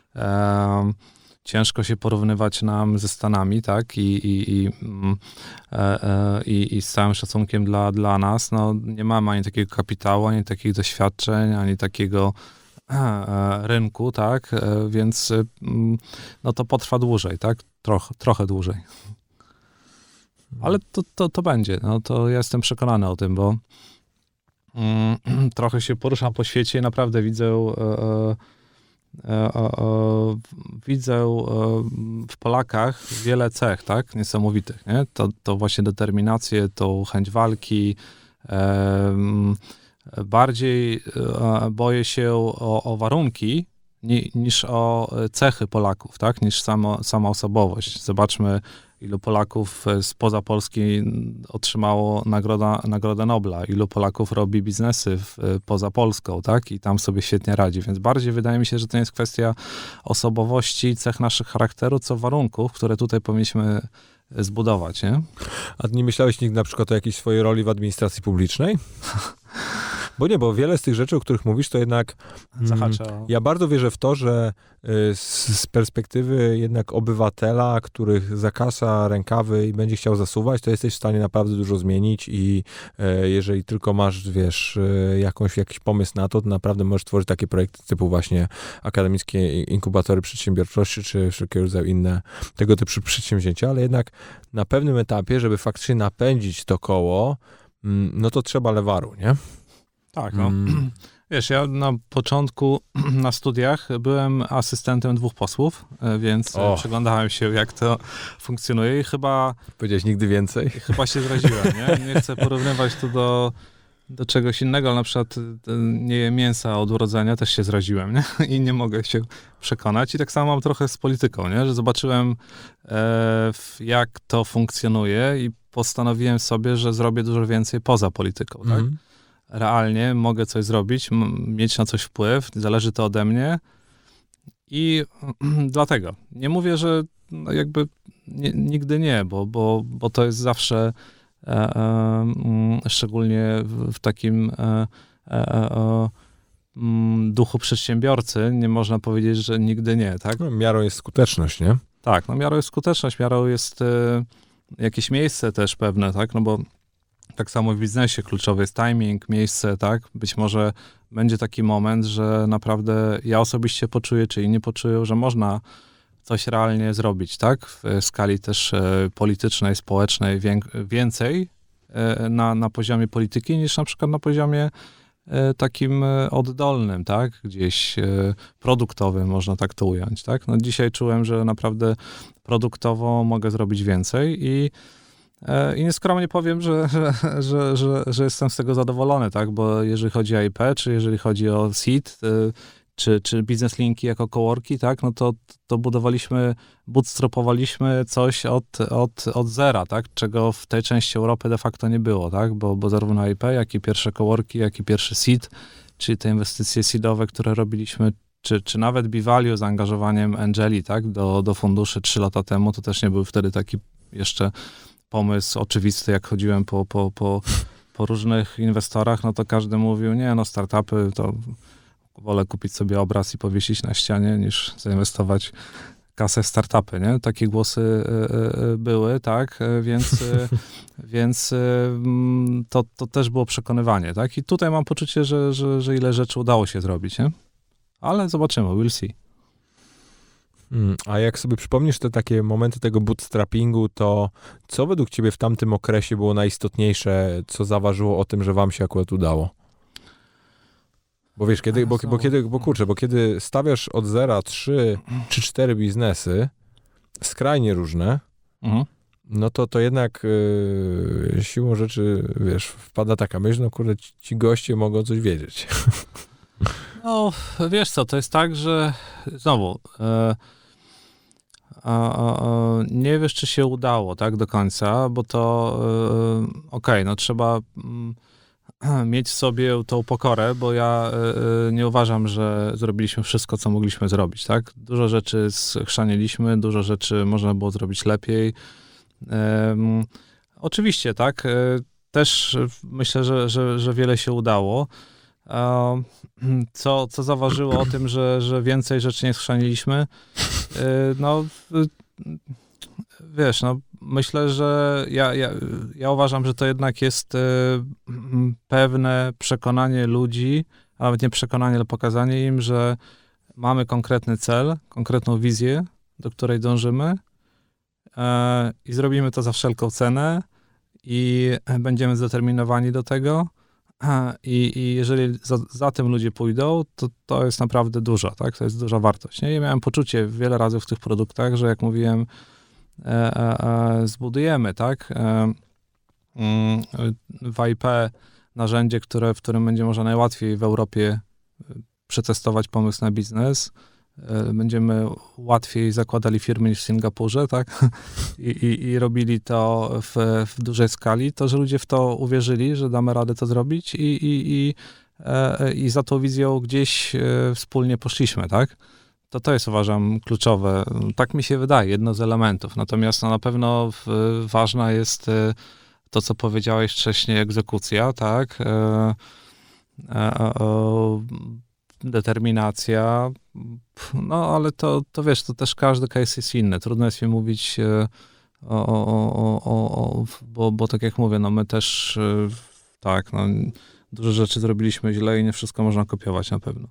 Ciężko się porównywać nam ze Stanami, tak? I z całym szacunkiem dla nas, nie mamy ani takiego kapitału, ani takich doświadczeń, ani takiego rynku, tak? Więc to potrwa dłużej, tak? Trochę dłużej. Ale to będzie. To ja jestem przekonany o tym, bo trochę się poruszam po świecie i naprawdę widzę w Polakach wiele cech, tak? Niesamowitych, nie? To właśnie determinację, tą chęć walki. Bardziej boję się o warunki niż o cechy Polaków, tak? Niż sama osobowość. Zobaczmy, ilu Polaków spoza Polski otrzymało Nagrodę Nobla, ilu Polaków robi biznesy poza Polską, tak? I tam sobie świetnie radzi. Więc bardziej wydaje mi się, że to nie jest kwestia osobowości, cech naszych charakteru, co warunków, które tutaj powinniśmy zbudować, nie? A nie myślałeś nigdy na przykład o jakiejś swojej roli w administracji publicznej? Bo wiele z tych rzeczy, o których mówisz, to jednak ja bardzo wierzę w to, że z perspektywy jednak obywatela, których zakasa rękawy i będzie chciał zasuwać, to jesteś w stanie naprawdę dużo zmienić i jeżeli tylko masz, wiesz, jakiś pomysł na to naprawdę możesz tworzyć takie projekty typu właśnie akademickie inkubatory przedsiębiorczości, czy wszelkiego rodzaju inne tego typu przedsięwzięcia, ale jednak na pewnym etapie, żeby faktycznie napędzić to koło, no to trzeba lewaru, nie? Tak, no. Wiesz, ja na początku na studiach byłem asystentem 2 posłów, więc przyglądałem się, jak to funkcjonuje i chyba... Powiedziałeś nigdy więcej? Chyba się zraziłem, nie? Nie chcę porównywać tu do czegoś innego, ale na przykład nie jem mięsa od urodzenia, też się zraziłem, nie? I nie mogę się przekonać. I tak samo mam trochę z polityką, nie? Że zobaczyłem, jak to funkcjonuje i postanowiłem sobie, że zrobię dużo więcej poza polityką, tak? Realnie mogę coś zrobić, mieć na coś wpływ, zależy to ode mnie i dlatego. Nie mówię, że jakby nigdy nie, bo to jest zawsze szczególnie w takim duchu przedsiębiorcy, nie można powiedzieć, że nigdy nie, tak? No, miarą jest skuteczność, nie? Tak, no miarą jest skuteczność, miarą jest jakieś miejsce też pewne, tak? No bo tak samo w biznesie kluczowy jest timing, miejsce, tak? Być może będzie taki moment, że naprawdę ja osobiście poczuję, czy inni poczują, że można coś realnie zrobić, tak? W skali też politycznej, społecznej więcej na poziomie polityki niż na przykład na poziomie takim oddolnym, tak? Gdzieś produktowym, można tak to ująć, tak? No dzisiaj czułem, że naprawdę produktowo mogę zrobić więcej i nieskromnie powiem, że jestem z tego zadowolony, tak? Bo jeżeli chodzi o IP, czy jeżeli chodzi o seed, czy business linki jako coworki, tak? No to bootstrapowaliśmy coś od zera, tak? Czego w tej części Europy de facto nie było, tak? Bo zarówno IP, jak i pierwsze coworki, jak i pierwszy seed, czyli te inwestycje seedowe, które robiliśmy, czy nawet B-Value z zaangażowaniem Angeli, tak? Do funduszy 3 lata temu, to też nie był wtedy taki jeszcze pomysł oczywisty, jak chodziłem po różnych inwestorach, no to każdy mówił, nie, no startupy to wolę kupić sobie obraz i powiesić na ścianie, niż zainwestować kasę w startupy, nie? Takie głosy były, tak? Więc to też było przekonywanie, tak? I tutaj mam poczucie, że ile rzeczy udało się zrobić, nie? Ale zobaczymy, we'll see. A jak sobie przypomnisz te takie momenty tego bootstrappingu, to co według ciebie w tamtym okresie było najistotniejsze, co zaważyło o tym, że wam się akurat udało? Bo wiesz, kiedy stawiasz od zera 3 czy 4 biznesy, skrajnie różne, no to jednak siłą rzeczy, wiesz, wpada taka myśl, no kurde, ci goście mogą coś wiedzieć. No, wiesz co, to jest tak, że znowu nie wiesz, czy się udało, tak, do końca, bo to okej, no trzeba mieć w sobie tą pokorę, bo ja nie uważam, że zrobiliśmy wszystko, co mogliśmy zrobić, tak? Dużo rzeczy schrzaniliśmy, dużo rzeczy można było zrobić lepiej. Oczywiście, tak, też myślę, że wiele się udało. Co zaważyło o tym, że więcej rzeczy nie schrzaniliśmy? No, wiesz, no, myślę, że ja uważam, że to jednak jest pewne przekonanie ludzi, a nawet nie przekonanie, ale pokazanie im, że mamy konkretny cel, konkretną wizję, do której dążymy i zrobimy to za wszelką cenę i będziemy zdeterminowani do tego. I jeżeli za tym ludzie pójdą, to jest naprawdę dużo, tak? To jest duża wartość. Nie? Ja miałem poczucie wiele razy w tych produktach, że jak mówiłem, zbudujemy, tak? W IP narzędzie, w którym będzie można najłatwiej w Europie przetestować pomysł na biznes, będziemy łatwiej zakładali firmy niż w Singapurze, tak? I robili to w dużej skali, to że ludzie w to uwierzyli, że damy radę to zrobić i za tą wizją gdzieś wspólnie poszliśmy, tak? To jest, uważam, kluczowe. Tak mi się wydaje, jedno z elementów. Natomiast na pewno ważna jest to, co powiedziałeś wcześniej, egzekucja, tak? Determinacja, no ale to wiesz, to też każdy case jest inny. Trudno jest mi mówić bo tak jak mówię, no my też tak, no dużo rzeczy zrobiliśmy źle i nie wszystko można kopiować na pewno.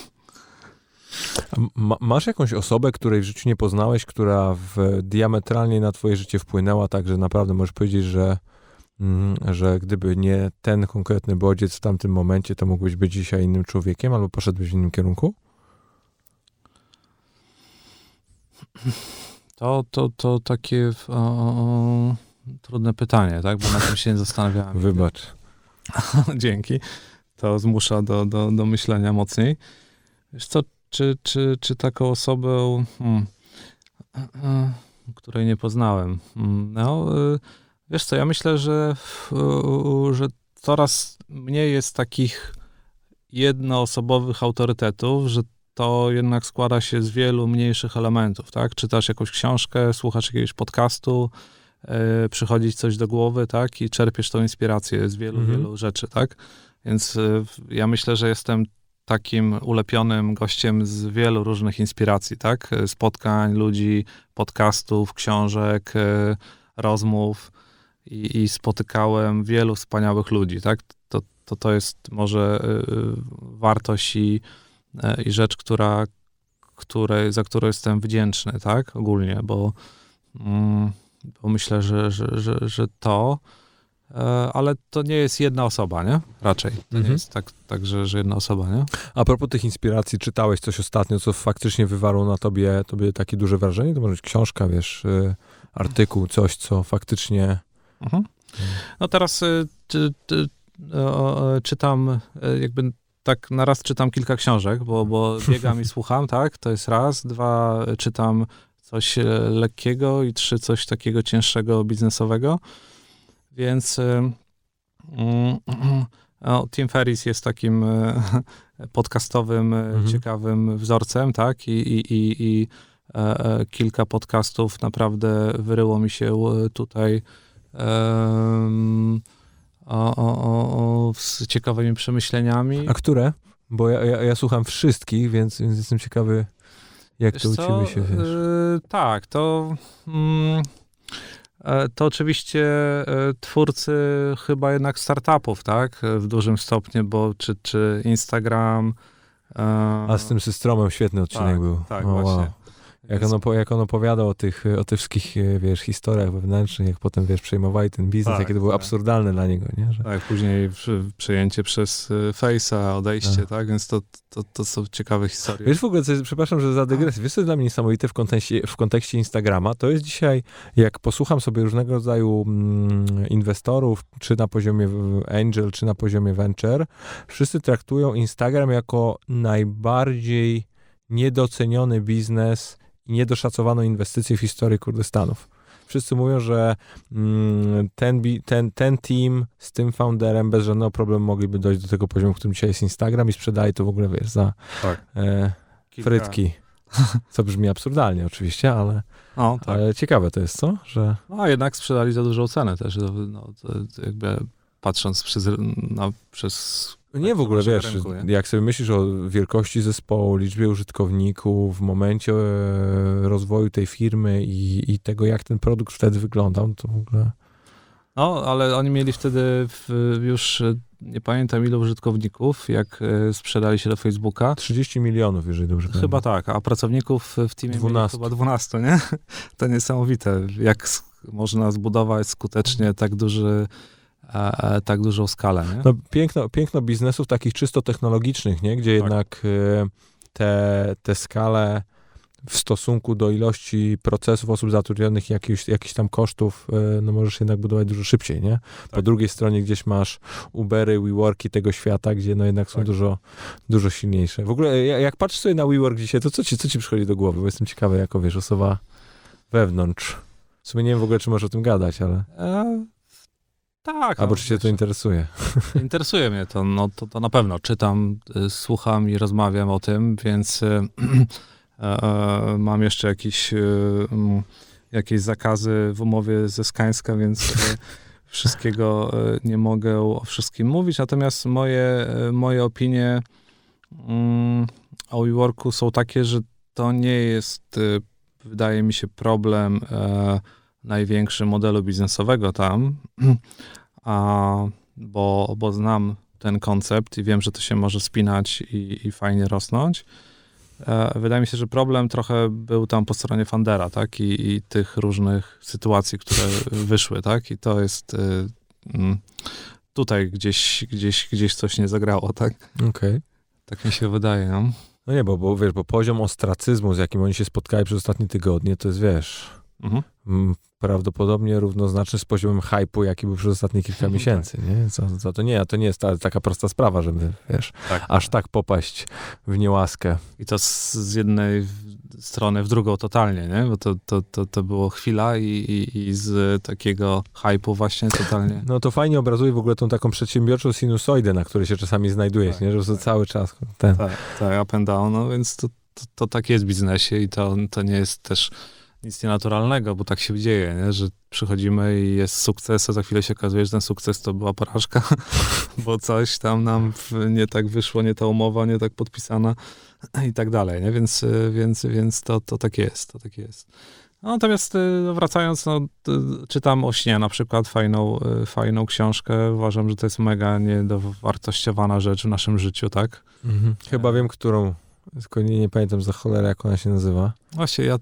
Masz jakąś osobę, której w życiu nie poznałeś, która diametralnie na twoje życie wpłynęła, tak, że naprawdę możesz powiedzieć, że gdyby nie ten konkretny bodziec w tamtym momencie, to mógłbyś być dzisiaj innym człowiekiem albo poszedłbyś w innym kierunku? To takie trudne pytanie, tak? Bo na tym się nie zastanawiałem. Wybacz. Dzięki. To zmusza do myślenia mocniej. Wiesz co, czy taką osobę, której nie poznałem? No, wiesz co, ja myślę, że coraz mniej jest takich jednoosobowych autorytetów, że to jednak składa się z wielu mniejszych elementów, tak? Czytasz jakąś książkę, słuchasz jakiegoś podcastu, przychodzi coś do głowy, tak? I czerpiesz tą inspirację z wielu rzeczy, tak? Więc ja myślę, że jestem takim ulepionym gościem z wielu różnych inspiracji, tak? Spotkań, ludzi, podcastów, książek, rozmów i spotykałem wielu wspaniałych ludzi, tak? To jest może wartość i rzecz, za którą jestem wdzięczny, tak? Ogólnie, bo myślę, że to, ale to nie jest jedna osoba, nie? Raczej. To nie jest tak że jedna osoba, nie? A propos tych inspiracji, czytałeś coś ostatnio, co faktycznie wywarło na tobie takie duże wrażenie? To może być książka, wiesz, artykuł, coś, co faktycznie... No teraz czytam jakby tak na raz czytam kilka książek, bo biegam i słucham, tak? To jest raz. 2, czytam coś lekkiego i 3, coś takiego cięższego, biznesowego. Więc Tim Ferriss jest takim podcastowym, ciekawym wzorcem, tak? I kilka podcastów naprawdę wyryło mi się tutaj z ciekawymi przemyśleniami. A które? Bo ja słucham wszystkich, więc jestem ciekawy, jak wiesz to u ciebie się... Tak, to oczywiście twórcy chyba jednak startupów, tak? W dużym stopniu, bo czy Instagram... A z tym Systromem świetny odcinek był. Tak, właśnie. Wow. Jak on opowiadał o tych wszystkich, wiesz, historiach wewnętrznych, jak potem, wiesz, przejmowali ten biznes, jakie to było absurdalne dla niego, nie? Że... Tak, później przejęcie przez Face'a, odejście, tak? Więc to są ciekawe historie. Wiesz, w ogóle, przepraszam, że za dygresję, wiesz, co jest dla mnie niesamowite w kontekście Instagrama? To jest dzisiaj, jak posłucham sobie różnego rodzaju inwestorów, czy na poziomie angel, czy na poziomie venture, wszyscy traktują Instagram jako najbardziej niedoceniony biznes i niedoszacowaną inwestycję w historii Kurdystanów. Wszyscy mówią, że ten team z tym founderem bez żadnego problemu mogliby dojść do tego poziomu, w którym dzisiaj jest Instagram i sprzedali to w ogóle, wiesz, za frytki. Co brzmi absurdalnie oczywiście, ale, ale ciekawe to jest, co? Że... No a jednak sprzedali za dużą cenę też. To jakby patrząc przez nie, w ogóle, wiesz, rynku, jak sobie myślisz o wielkości zespołu, liczbie użytkowników, w momencie rozwoju tej firmy i tego, jak ten produkt wtedy wyglądał, to w ogóle... No, ale oni mieli wtedy już, nie pamiętam ilu użytkowników, jak sprzedali się do Facebooka. 30 milionów, jeżeli dobrze pamiętam. Chyba tak, a pracowników w teamie 12. Chyba 12, nie? To niesamowite, jak można zbudować skutecznie tak dużą skalę, nie? No, piękno biznesów takich czysto technologicznych, nie? Gdzie jednak te skale w stosunku do ilości procesów, osób zatrudnionych, jakichś tam kosztów, no możesz jednak budować dużo szybciej, nie? Po Tak. drugiej stronie gdzieś masz Ubery, WeWorki tego świata, gdzie no jednak są dużo silniejsze. W ogóle jak patrzysz sobie na WeWork dzisiaj, to co ci przychodzi do głowy? Bo jestem ciekawy, jako wiesz, osoba wewnątrz. W sumie nie wiem w ogóle, czy możesz o tym gadać, ale... Tak. Albo czy cię to interesuje? Interesuje mnie to, no to na pewno. Czytam, słucham i rozmawiam o tym, więc mam jeszcze jakieś zakazy w umowie ze Skańska, więc wszystkiego nie mogę o wszystkim mówić. Natomiast moje opinie o WeWorku są takie, że to nie jest, wydaje mi się, problem największy modelu biznesowego tam, bo znam ten koncept i wiem, że to się może spinać i fajnie rosnąć. Wydaje mi się, że problem trochę był tam po stronie fundera, tak? I tych różnych sytuacji, które wyszły, tak? I to jest tutaj gdzieś coś nie zagrało, tak? Okej. Tak mi się wydaje, no. No nie, bo wiesz, bo poziom ostracyzmu, z jakim oni się spotkali przez ostatnie tygodnie, to jest, wiesz, prawdopodobnie równoznaczny z poziomem hype'u, jaki był przez ostatnie kilka miesięcy, nie? To nie jest taka prosta sprawa, żeby, wiesz, aż tak popaść w niełaskę. I to z jednej strony w drugą totalnie, nie? Bo to było chwila i z takiego hype'u właśnie totalnie. No to fajnie obrazuje w ogóle tą taką przedsiębiorczą sinusoidę, na której się czasami znajdujesz, nie? Że to cały czas Tak, up and down, no więc to tak jest w biznesie i to nie jest też nic nienaturalnego, bo tak się dzieje, nie? Że przychodzimy i jest sukces, a za chwilę się okazuje, że ten sukces to była porażka, bo coś tam nam nie tak wyszło, nie ta umowa, nie tak podpisana i tak dalej, nie? Więc to tak jest, to tak jest. No, natomiast wracając, no, czytam o śnie na przykład, fajną książkę. Uważam, że to jest mega niedowartościowana rzecz w naszym życiu, tak? Chyba wiem, którą, tylko nie pamiętam za cholerę, jak ona się nazywa. Właśnie ja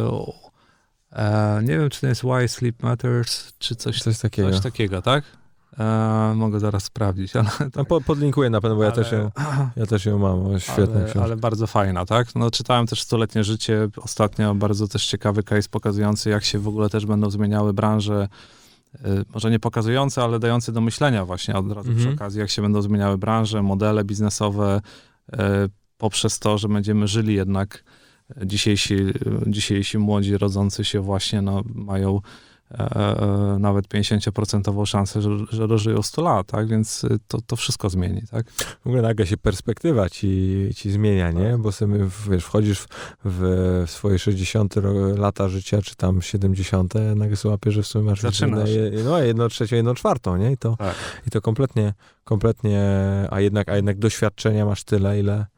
nie wiem, czy to jest Why Sleep Matters, czy coś takiego. Coś takiego, tak? Mogę zaraz sprawdzić, ale... No, podlinkuję na pewno, bo ja też ją mam. Świetna książka. Ale bardzo fajna, tak? No, czytałem też Stuletnie życie ostatnio, bardzo też ciekawy case pokazujący, jak się w ogóle też będą zmieniały branże, może nie pokazujące, ale dające do myślenia właśnie od razu przy okazji, jak się będą zmieniały branże, modele poprzez to, że będziemy żyli jednak. Dzisiejsi młodzi rodzący się właśnie mają nawet 50% szansę, że dożyją 100 lat, tak? Więc to wszystko zmieni, tak? W ogóle nagle się perspektywa ci zmienia, nie? Bo sobie, wiesz, wchodzisz w swoje 60 lata życia, czy tam 70, nagle sobie łapiesz, że w sumie masz jedną trzecią, jedną czwartą, nie? I to kompletnie, a jednak doświadczenia masz tyle,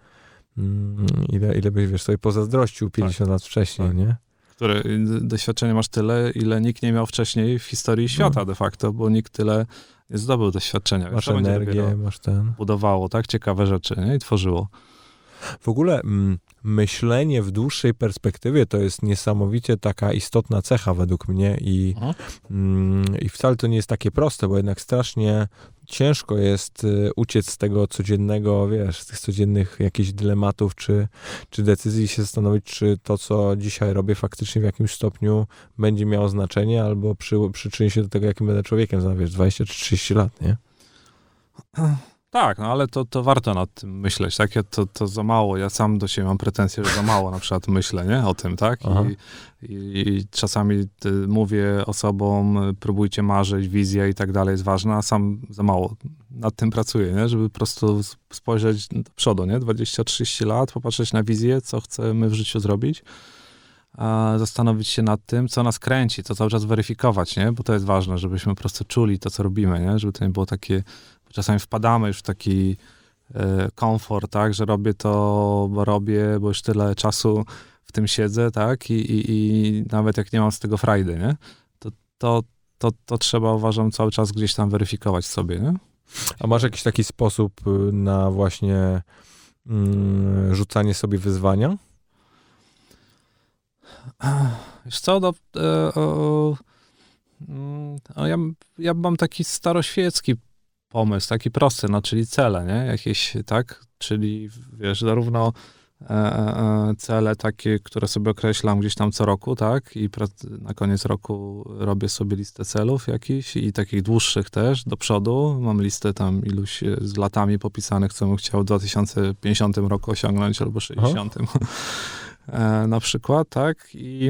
ile byś, wiesz, sobie pozazdrościł 50 lat wcześniej, nie? Doświadczenie masz tyle, ile nikt nie miał wcześniej w historii świata de facto, bo nikt tyle nie zdobył doświadczenia. Masz energię, masz budowało, tak? Ciekawe rzeczy, nie? I tworzyło. W ogóle myślenie w dłuższej perspektywie to jest niesamowicie taka istotna cecha według mnie i wcale to nie jest takie proste, bo jednak strasznie ciężko jest uciec z tego codziennego, wiesz, z tych codziennych jakichś dylematów czy decyzji i się zastanowić, czy to, co dzisiaj robię, faktycznie w jakimś stopniu będzie miało znaczenie albo przyczyni się do tego, jakim będę człowiekiem za, wiesz, 20 czy 30 lat, nie? Tak, no ale to warto nad tym myśleć, tak? To za mało, ja sam do siebie mam pretensję, że za mało na przykład myślę, nie? O tym, tak? I czasami mówię osobom, próbujcie marzyć, wizja i tak dalej jest ważna, a sam za mało nad tym pracuję, nie? Żeby po prostu spojrzeć do przodu, nie? 20-30 lat, popatrzeć na wizję, co chcemy w życiu zrobić, a zastanowić się nad tym, co nas kręci, to cały czas weryfikować, nie? Bo to jest ważne, żebyśmy po prostu czuli to, co robimy, nie? Żeby to nie było takie... Czasami wpadamy już w taki komfort, tak, że robię to, bo robię, bo już tyle czasu w tym siedzę, tak, i nawet jak nie mam z tego frajdy, nie, to trzeba, uważam, cały czas gdzieś tam weryfikować sobie, nie? A masz jakiś taki sposób na właśnie rzucanie sobie wyzwania? Wiesz co, ja mam taki staroświecki pomysł, taki prosty, no, czyli cele, nie? Jakieś, tak? Czyli, wiesz, zarówno cele takie, które sobie określam gdzieś tam co roku, tak? I na koniec roku robię sobie listę celów jakichś i takich dłuższych też do przodu. Mam listę tam iluś z latami popisanych, co bym chciał w 2050 roku osiągnąć albo 60. Na przykład, tak? I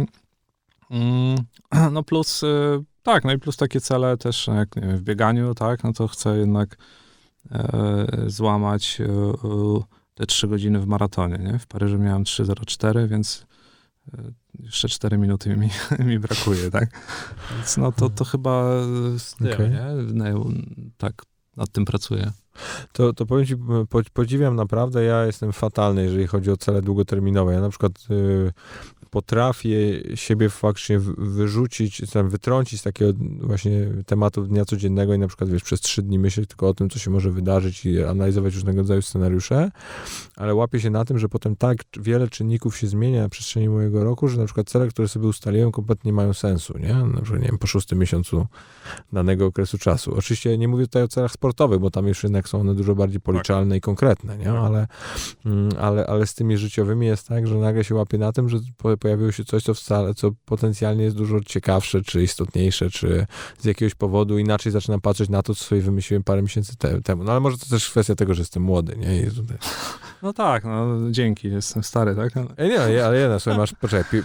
no plus, tak, no i plus takie cele też, jak nie wiem, w bieganiu, tak? No to chcę jednak złamać te 3 godziny w maratonie, nie? W Paryżu miałem 3:04, więc jeszcze 4 minuty mi brakuje, tak? Więc no to chyba z tym, nie? Tak, nad tym pracuję. To powiem ci, podziwiam naprawdę, ja jestem fatalny, jeżeli chodzi o cele długoterminowe. Ja na przykład potrafię siebie faktycznie wyrzucić, wytrącić z takiego właśnie tematu dnia codziennego i na przykład, wiesz, przez 3 dni myśleć tylko o tym, co się może wydarzyć i analizować różnego rodzaju scenariusze, ale łapię się na tym, że potem tak wiele czynników się zmienia na przestrzeni mojego roku, że na przykład cele, które sobie ustaliłem, kompletnie nie mają sensu, nie? Na przykład, nie wiem, po 6 miesiącu danego okresu czasu. Oczywiście nie mówię tutaj o celach sportowych, bo tam już jednak są one dużo bardziej policzalne i konkretne, nie? Ale z tymi życiowymi jest tak, że nagle się łapię na tym, że pojawiło się coś, co potencjalnie jest dużo ciekawsze, czy istotniejsze, czy z jakiegoś powodu inaczej zaczynam patrzeć na to, co sobie wymyśliłem parę miesięcy temu. No ale może to też kwestia tego, że jestem młody, nie? No tak, no dzięki, jestem stary, tak? Ale jedna, słuchaj, masz, poczekaj,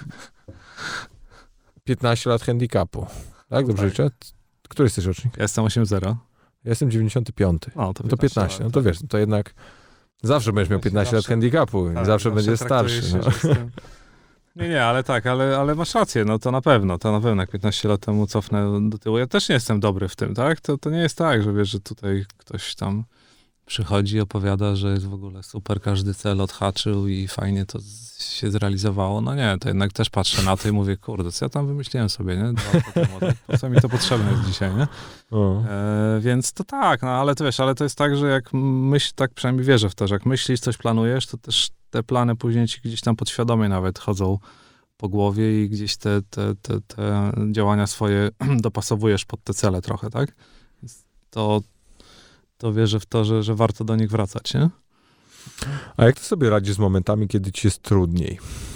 15 lat handicapu, tak? Dobrze liczę? Który jesteś rocznik? Ja jestem 8-0. Ja jestem 95. No, to 15. No to wiesz, to jednak zawsze będziesz miał 15 lat handicapu i zawsze będziesz starszy. No. Nie, ale tak, ale masz rację, no to na pewno, jak 15 lat temu cofnę do tyłu. Ja też nie jestem dobry w tym, tak? To nie jest tak, że wiesz, że tutaj ktoś tam przychodzi i opowiada, że jest w ogóle super, każdy cel odhaczył i fajnie to się zrealizowało. No nie, to jednak też patrzę na to i mówię, kurde, co ja tam wymyśliłem sobie, nie? 2 lata temu, po co mi to potrzebne jest dzisiaj, nie? Więc to tak, no ale to wiesz, ale to jest tak, że jak tak przynajmniej wierzę w to, że jak myślisz, coś planujesz, to też te plany później ci gdzieś tam podświadomie nawet chodzą po głowie i gdzieś te działania swoje dopasowujesz pod te cele trochę, tak? Więc to wierzę w to, że warto do nich wracać, nie? A jak ty sobie radzisz z momentami, kiedy ci jest trudniej?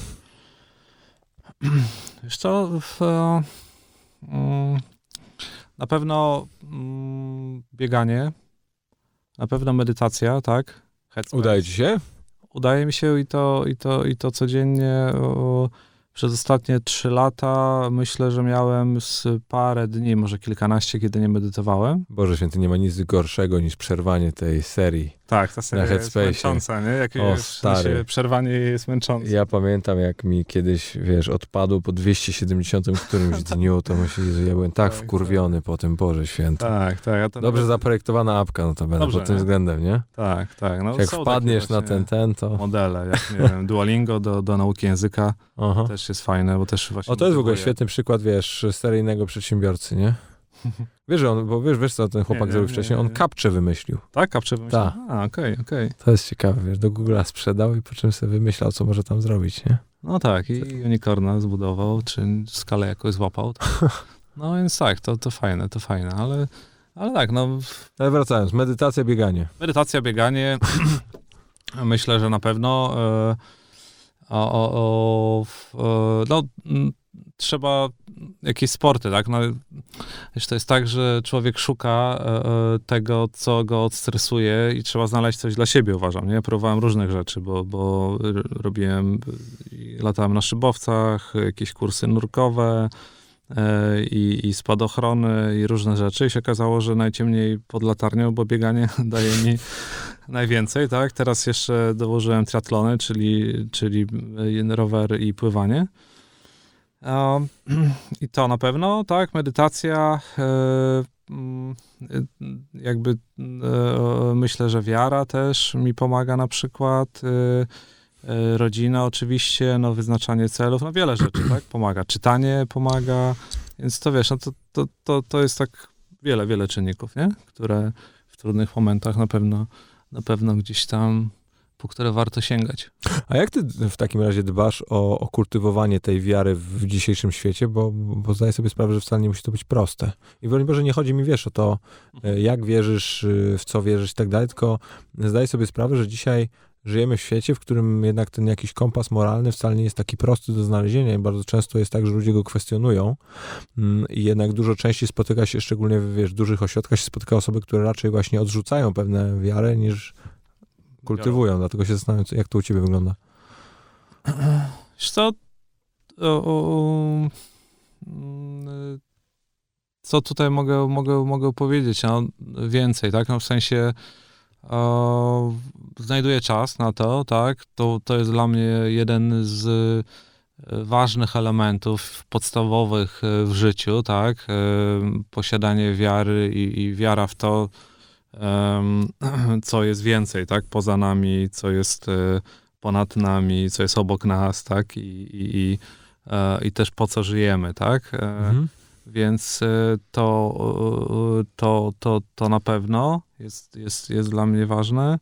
Wiesz co, na pewno bieganie, na pewno medytacja, tak? Headspace. Udaje ci się? Udaje mi się i to codziennie. Przez ostatnie 3 lata myślę, że miałem z parę dni, może kilkanaście, kiedy nie medytowałem. Boże święty, nie ma nic gorszego niż przerwanie tej serii. Tak, ta seria jest męcząca, nie? Stary. Przerwanie jest męczące. Ja pamiętam, jak mi kiedyś, wiesz, odpadło po 270 którymś dniu, to myślę, że ja byłem tak wkurwiony po tym, Boże święty. Tak. Dobrze zaprojektowana apka, no to będę pod tym względem, nie? Tak. No, jak wpadniesz na ten, to... Modele, jak nie wiem, Duolingo do nauki języka też jest fajne, bo też właśnie... to jest w ogóle świetny przykład, wiesz, seryjnego przedsiębiorcy, nie? Wiesz co ten chłopak zrobił wcześniej? On Captcha wymyślił. Tak? Captcha wymyślił? Tak. Okej. To jest ciekawe, wiesz, do Google'a sprzedał i po czym sobie wymyślał, co może tam zrobić, nie? No tak, i unicorna zbudował, czy skalę jakoś złapał. No więc tak, to fajne, ale tak, no... Ale wracając, medytacja, bieganie. Medytacja, bieganie, myślę, że na pewno no, trzeba jakieś sporty, tak? No, wiesz, to jest tak, że człowiek szuka tego, co go odstresuje i trzeba znaleźć coś dla siebie, uważam, nie? Próbowałem różnych rzeczy, bo robiłem, latałem na szybowcach, jakieś kursy nurkowe i spadochrony i różne rzeczy i się okazało, że najciemniej pod latarnią, bo bieganie daje mi najwięcej, tak? Teraz jeszcze dołożyłem triatlony, czyli rower i pływanie. I to na pewno, tak, medytacja, jakby myślę, że wiara też mi pomaga na przykład, rodzina oczywiście, no wyznaczanie celów, no wiele rzeczy, tak, pomaga, czytanie pomaga, więc to wiesz, no to jest tak wiele czynników, nie, które w trudnych momentach na pewno gdzieś tam po które warto sięgać. A jak ty w takim razie dbasz o kultywowanie tej wiary w dzisiejszym świecie, bo zdaję sobie sprawę, że wcale nie musi to być proste. I broń Boże, nie chodzi mi, wiesz, o to, jak wierzysz, w co wierzysz i tak dalej, tylko zdaję sobie sprawę, że dzisiaj żyjemy w świecie, w którym jednak ten jakiś kompas moralny wcale nie jest taki prosty do znalezienia i bardzo często jest tak, że ludzie go kwestionują i jednak dużo częściej spotyka się, szczególnie w dużych ośrodkach się spotyka osoby, które raczej właśnie odrzucają pewne wiary niż kultywują. Dlatego się zastanawiam, jak to u ciebie wygląda. Wiesz co, co tutaj mogę powiedzieć? No, więcej, tak? No, w sensie znajduję czas na to, tak? To jest dla mnie jeden z ważnych elementów podstawowych w życiu, tak? Posiadanie wiary i wiara w to, co jest więcej, tak? Poza nami, co jest ponad nami, co jest obok nas, tak? I też po co żyjemy, tak? Więc to na pewno jest dla mnie ważne.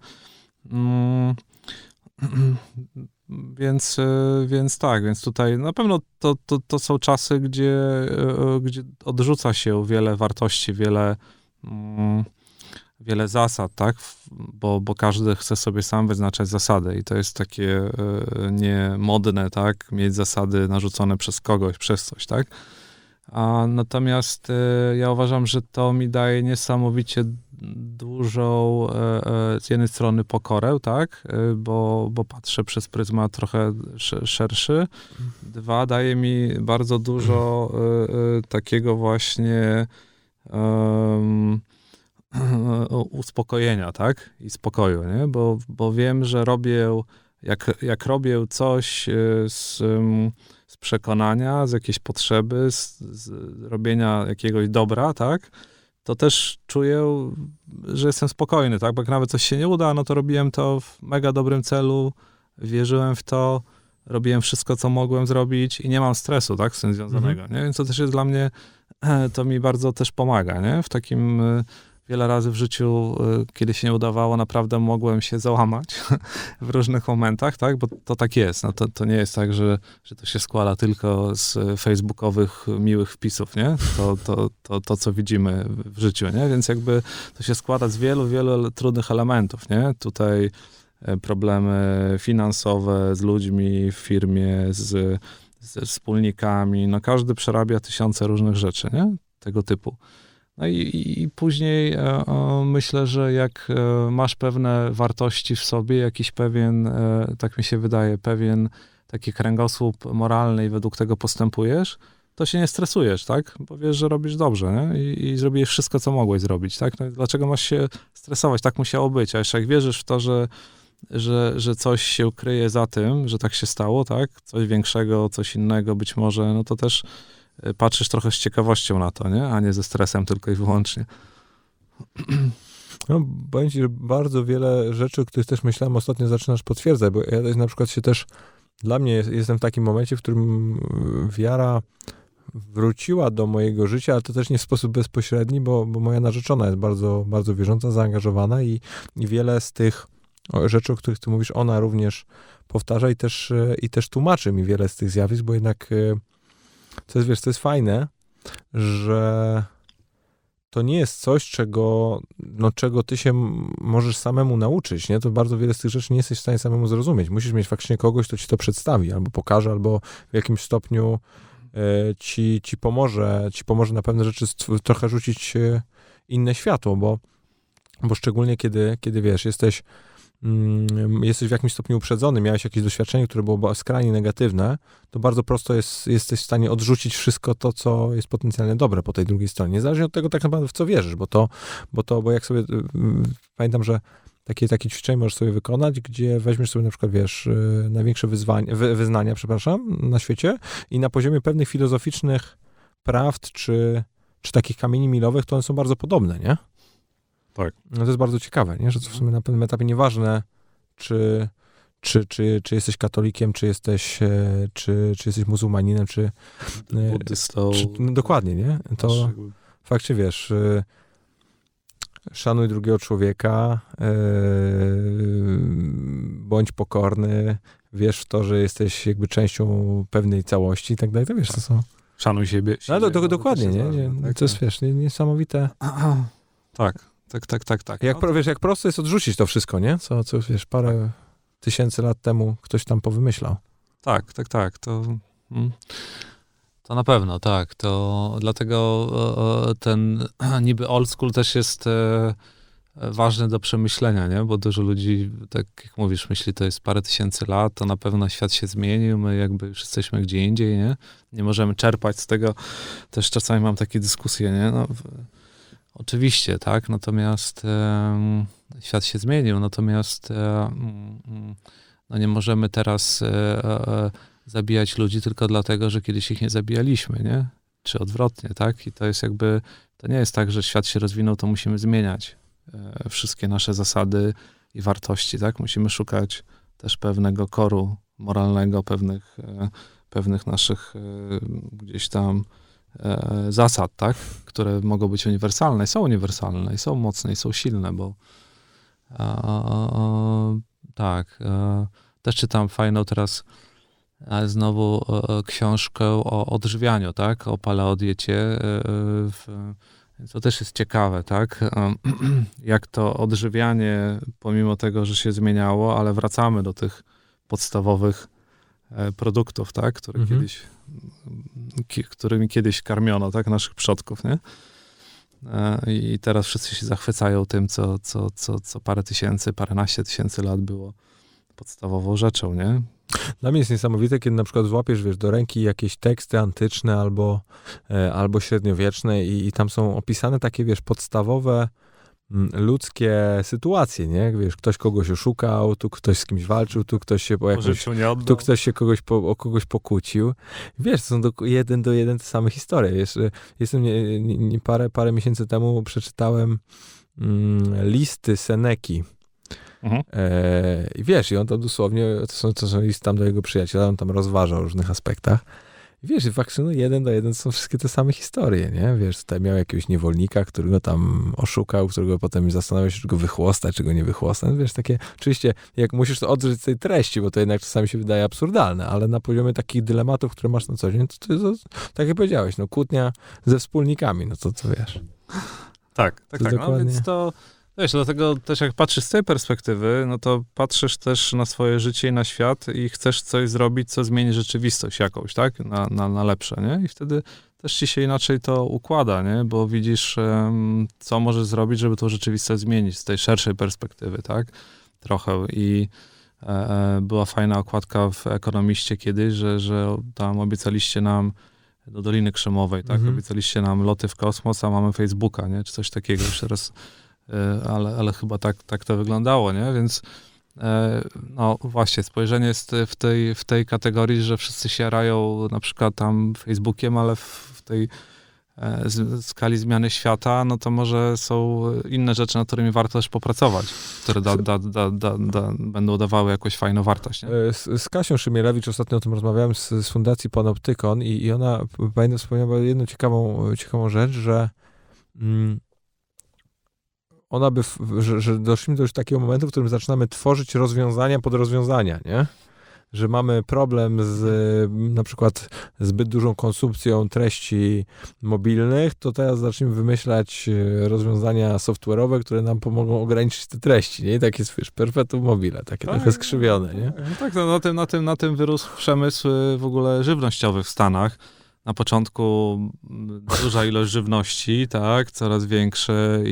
Więc tutaj na pewno to są czasy, gdzie odrzuca się wiele wartości, wiele zasad, tak? Bo każdy chce sobie sam wyznaczać zasady i to jest takie niemodne, tak? Mieć zasady narzucone przez kogoś, przez coś, tak? Natomiast ja uważam, że to mi daje niesamowicie dużą z jednej strony pokorę, tak? Bo patrzę przez pryzmat trochę szerszy. Dwa, daje mi bardzo dużo takiego właśnie uspokojenia, tak? I spokoju, nie? Bo wiem, że jak robię coś z przekonania, z jakiejś potrzeby, z robienia jakiegoś dobra, tak? To też czuję, że jestem spokojny, tak? Bo jak nawet coś się nie uda, no to robiłem to w mega dobrym celu, wierzyłem w to, robiłem wszystko, co mogłem zrobić i nie mam stresu, tak? Z tym związanego, nie? Więc to też jest dla mnie, to mi bardzo też pomaga, nie? W takim wiele razy w życiu, kiedy się nie udawało, naprawdę mogłem się załamać w różnych momentach, tak? Bo to tak jest. No to nie jest tak, że to się składa tylko z facebookowych miłych wpisów, nie? To co widzimy w życiu, nie? Więc jakby to się składa z wielu trudnych elementów, nie? Tutaj problemy finansowe z ludźmi w firmie, ze wspólnikami. No każdy przerabia tysiące różnych rzeczy, nie? Tego typu. No i później myślę, że jak masz pewne wartości w sobie, jakiś pewien, tak mi się wydaje, pewien taki kręgosłup moralny i według tego postępujesz, to się nie stresujesz, tak? Bo wiesz, że robisz dobrze, nie? I zrobiłeś wszystko, co mogłeś zrobić, tak? No i dlaczego masz się stresować? Tak musiało być. A jeszcze jak wierzysz w to, że coś się kryje za tym, że tak się stało, tak? Coś większego, coś innego być może, no to też patrzysz trochę z ciekawością na to, nie? A nie ze stresem tylko i wyłącznie. No, powiem ci, że bardzo wiele rzeczy, o których też myślałem ostatnio, zaczynasz potwierdzać, bo ja na przykład się też, dla mnie jestem w takim momencie, w którym wiara wróciła do mojego życia, ale to też nie w sposób bezpośredni, bo moja narzeczona jest bardzo, bardzo wierząca, zaangażowana i wiele z tych rzeczy, o których ty mówisz, ona również powtarza i też tłumaczy mi wiele z tych zjawisk, bo jednak to jest fajne, że to nie jest coś, czego ty się możesz samemu nauczyć, nie? To bardzo wiele z tych rzeczy nie jesteś w stanie samemu zrozumieć. Musisz mieć faktycznie kogoś, kto ci to przedstawi, albo pokaże, albo w jakimś stopniu ci pomoże na pewne rzeczy trochę rzucić inne światło, bo szczególnie kiedy wiesz, jesteś w jakimś stopniu uprzedzony, miałeś jakieś doświadczenie, które było skrajnie negatywne, to bardzo prosto jesteś w stanie odrzucić wszystko to, co jest potencjalnie dobre po tej drugiej stronie. Niezależnie od tego tak naprawdę, w co wierzysz, bo jak sobie, pamiętam, że takie ćwiczenie możesz sobie wykonać, gdzie weźmiesz sobie na przykład, wiesz, największe wyznania, na świecie i na poziomie pewnych filozoficznych prawd, czy takich kamieni milowych, to one są bardzo podobne, nie? Tak. No to jest bardzo ciekawe, nie? Że to w sumie na pewnym etapie nieważne, czy jesteś katolikiem, czy jesteś muzułmaninem, czy buddystą. No dokładnie, nie? To faktycznie, wiesz, szanuj drugiego człowieka, bądź pokorny, wierz w to, że jesteś jakby częścią pewnej całości i tak dalej, to wiesz, to są... Szanuj siebie. No dokładnie, nie? Tak, to jest, wiesz, niesamowite. Tak. Jak prosto jest odrzucić to wszystko, nie? Co wiesz, parę tysięcy lat temu ktoś tam powymyślał. Tak. To na pewno, tak. To dlatego ten niby old school też jest ważny do przemyślenia, nie? Bo dużo ludzi, tak jak mówisz, myśli, to jest parę tysięcy lat, to na pewno świat się zmienił, my jakby już jesteśmy gdzie indziej, nie? Nie możemy czerpać z tego. Też czasami mam takie dyskusje, nie? No, oczywiście, tak? Natomiast świat się zmienił, natomiast no nie możemy teraz zabijać ludzi tylko dlatego, że kiedyś ich nie zabijaliśmy, nie? Czy odwrotnie, tak? I to jest jakby, to nie jest tak, że świat się rozwinął, to musimy zmieniać wszystkie nasze zasady i wartości, tak? Musimy szukać też pewnego koru moralnego, pewnych naszych gdzieś tam zasad, tak? Które mogą być uniwersalne, i są mocne, i są silne, bo tak, też czytam fajną teraz znowu książkę o odżywianiu, tak? O paleodiecie. To też jest ciekawe, tak? Jak to odżywianie, pomimo tego, że się zmieniało, ale wracamy do tych podstawowych produktów, tak? Którymi kiedyś karmiono, tak? Naszych przodków, nie? I teraz wszyscy się zachwycają tym, co paręnaście tysięcy lat było podstawową rzeczą, nie? Dla mnie jest niesamowite, kiedy na przykład złapiesz, wiesz, do ręki jakieś teksty antyczne albo średniowieczne i tam są opisane takie, wiesz, podstawowe ludzkie sytuacje, nie? Wiesz, ktoś kogoś oszukał, tu ktoś z kimś walczył, tu ktoś się tu ktoś się o kogoś pokłócił. Wiesz, to są jeden do jeden te same historie. Wiesz, parę miesięcy temu przeczytałem listy Seneki. I wiesz, i on tam dosłownie, to są listy tam do jego przyjaciela, on tam rozważa o różnych aspektach. I wiesz, faktycznie, no jeden do jeden są wszystkie te same historie, nie? Wiesz, tutaj miał jakiegoś niewolnika, który go tam oszukał, którego potem zastanawiał się, czy go wychłostać, czy go nie wychłostać. No, wiesz, takie, oczywiście, jak musisz to odżyć z tej treści, bo to jednak czasami się wydaje absurdalne, ale na poziomie takich dylematów, które masz na co dzień, to tak jak powiedziałeś, no kłótnia ze wspólnikami, no to wiesz. Tak. Dokładnie. No więc to... Wiesz, dlatego też jak patrzysz z tej perspektywy, no to patrzysz też na swoje życie i na świat i chcesz coś zrobić, co zmieni rzeczywistość jakąś, tak? Na lepsze, nie? I wtedy też ci się inaczej to układa, nie? Bo widzisz, co możesz zrobić, żeby tą rzeczywistość zmienić z tej szerszej perspektywy, tak? Trochę. I była fajna okładka w Ekonomiście kiedyś, że tam obiecaliście nam do Doliny Krzemowej, tak? Obiecaliście nam loty w kosmos, a mamy Facebooka, nie? Czy coś takiego. Już teraz... Ale chyba tak to wyglądało, nie? Więc no właśnie, spojrzenie jest w tej kategorii, że wszyscy się jarają na przykład tam Facebookiem, ale w tej skali zmiany świata, no to może są inne rzeczy, nad którymi warto też popracować, które będą dawały jakąś fajną wartość. Nie? Z Kasią Szymielewicz ostatnio o tym rozmawiałem z Fundacji Panoptykon i ona, pamiętam, wspomniała jedną ciekawą rzecz, że że doszliśmy do już takiego momentu, w którym zaczynamy tworzyć rozwiązania pod rozwiązania, nie? Że mamy problem z na przykład zbyt dużą konsumpcją treści mobilnych, to teraz zacznijmy wymyślać rozwiązania software'owe, które nam pomogą ograniczyć te treści, nie? I tak jest, wiesz, perpetuum mobile, takie trochę skrzywione, nie? No tak, no na tym wyrósł przemysł w ogóle żywnościowy w Stanach. Na początku duża ilość żywności, tak, coraz większe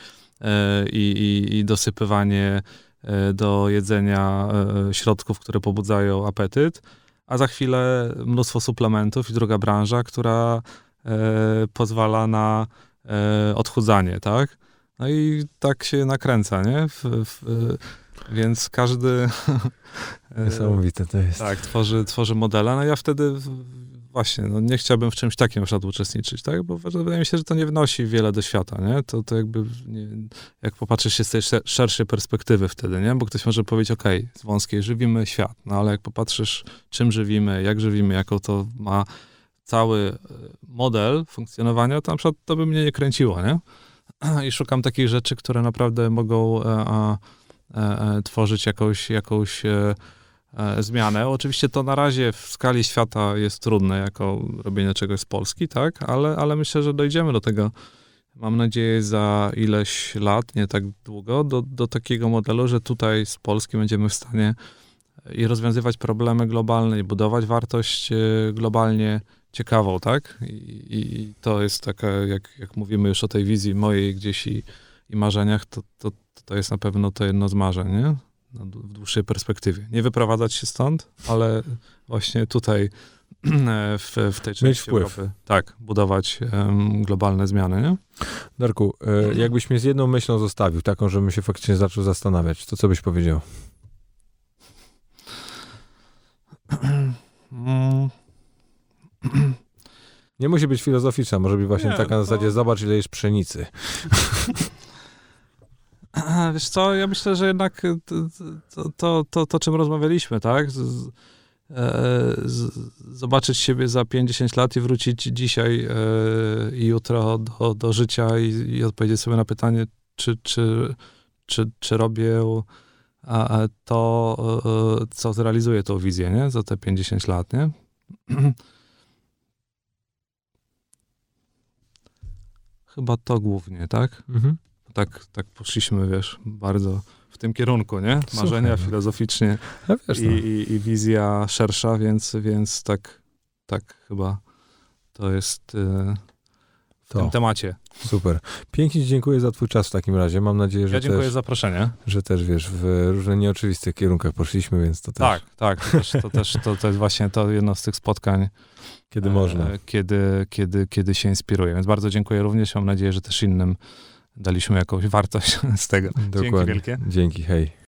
i dosypywanie do jedzenia środków, które pobudzają apetyt, a za chwilę mnóstwo suplementów i druga branża, która pozwala na odchudzanie, tak? No i tak się nakręca, nie? Więc każdy... Niesamowite to jest. Tak, tworzy modele. No ja wtedy właśnie, no nie chciałbym w czymś takim na przykład uczestniczyć, tak? Bo wydaje mi się, że to nie wnosi wiele do świata, nie? To jakby, jak popatrzysz się z tej szerszej perspektywy wtedy, nie? Bo ktoś może powiedzieć, okej, z wąskiej żywimy świat, no ale jak popatrzysz, czym żywimy, jaką to ma cały model funkcjonowania, to na przykład to by mnie nie kręciło, nie? I szukam takich rzeczy, które naprawdę mogą tworzyć jakąś zmianę. Oczywiście to na razie w skali świata jest trudne, jako robienie czegoś z Polski, tak? Ale myślę, że dojdziemy do tego, mam nadzieję, za ileś lat, nie tak długo, do takiego modelu, że tutaj z Polski będziemy w stanie i rozwiązywać problemy globalne i budować wartość globalnie ciekawą, tak? I to jest taka, jak mówimy już o tej wizji mojej gdzieś i marzeniach, to jest na pewno to jedno z marzeń, nie? W dłuższej perspektywie. Nie wyprowadzać się stąd, ale właśnie tutaj w tej części Europy, tak, budować globalne zmiany, nie? Darku, jakbyś mnie z jedną myślą zostawił, taką, żebym się faktycznie zaczął zastanawiać, to co byś powiedział? Nie musi być filozoficzna, może być właśnie taka na zasadzie zobacz, ile jest pszenicy. Wiesz co, ja myślę, że jednak to czym rozmawialiśmy, tak? Zobaczyć siebie za 50 lat i wrócić dzisiaj i jutro do życia i odpowiedzieć sobie na pytanie, czy robię to, co zrealizuje tą wizję, nie? Za te 50 lat, nie? Chyba to głównie, tak? Mhm. Tak poszliśmy, wiesz, bardzo w tym kierunku, nie? Marzenia filozoficznie i wizja szersza, więc tak chyba to jest w tym temacie. Super. Pięknie ci dziękuję za twój czas w takim razie. Mam nadzieję, że dziękuję za zaproszenie. Że też, wiesz, w różnych nieoczywistych kierunkach poszliśmy, więc to też... Tak. To jest właśnie to jedno z tych spotkań, kiedy można. Kiedy się inspiruję. Więc bardzo dziękuję również. Mam nadzieję, że też innym daliśmy jakąś wartość z tego. Dokładnie. Dzięki wielkie. Dzięki, hej.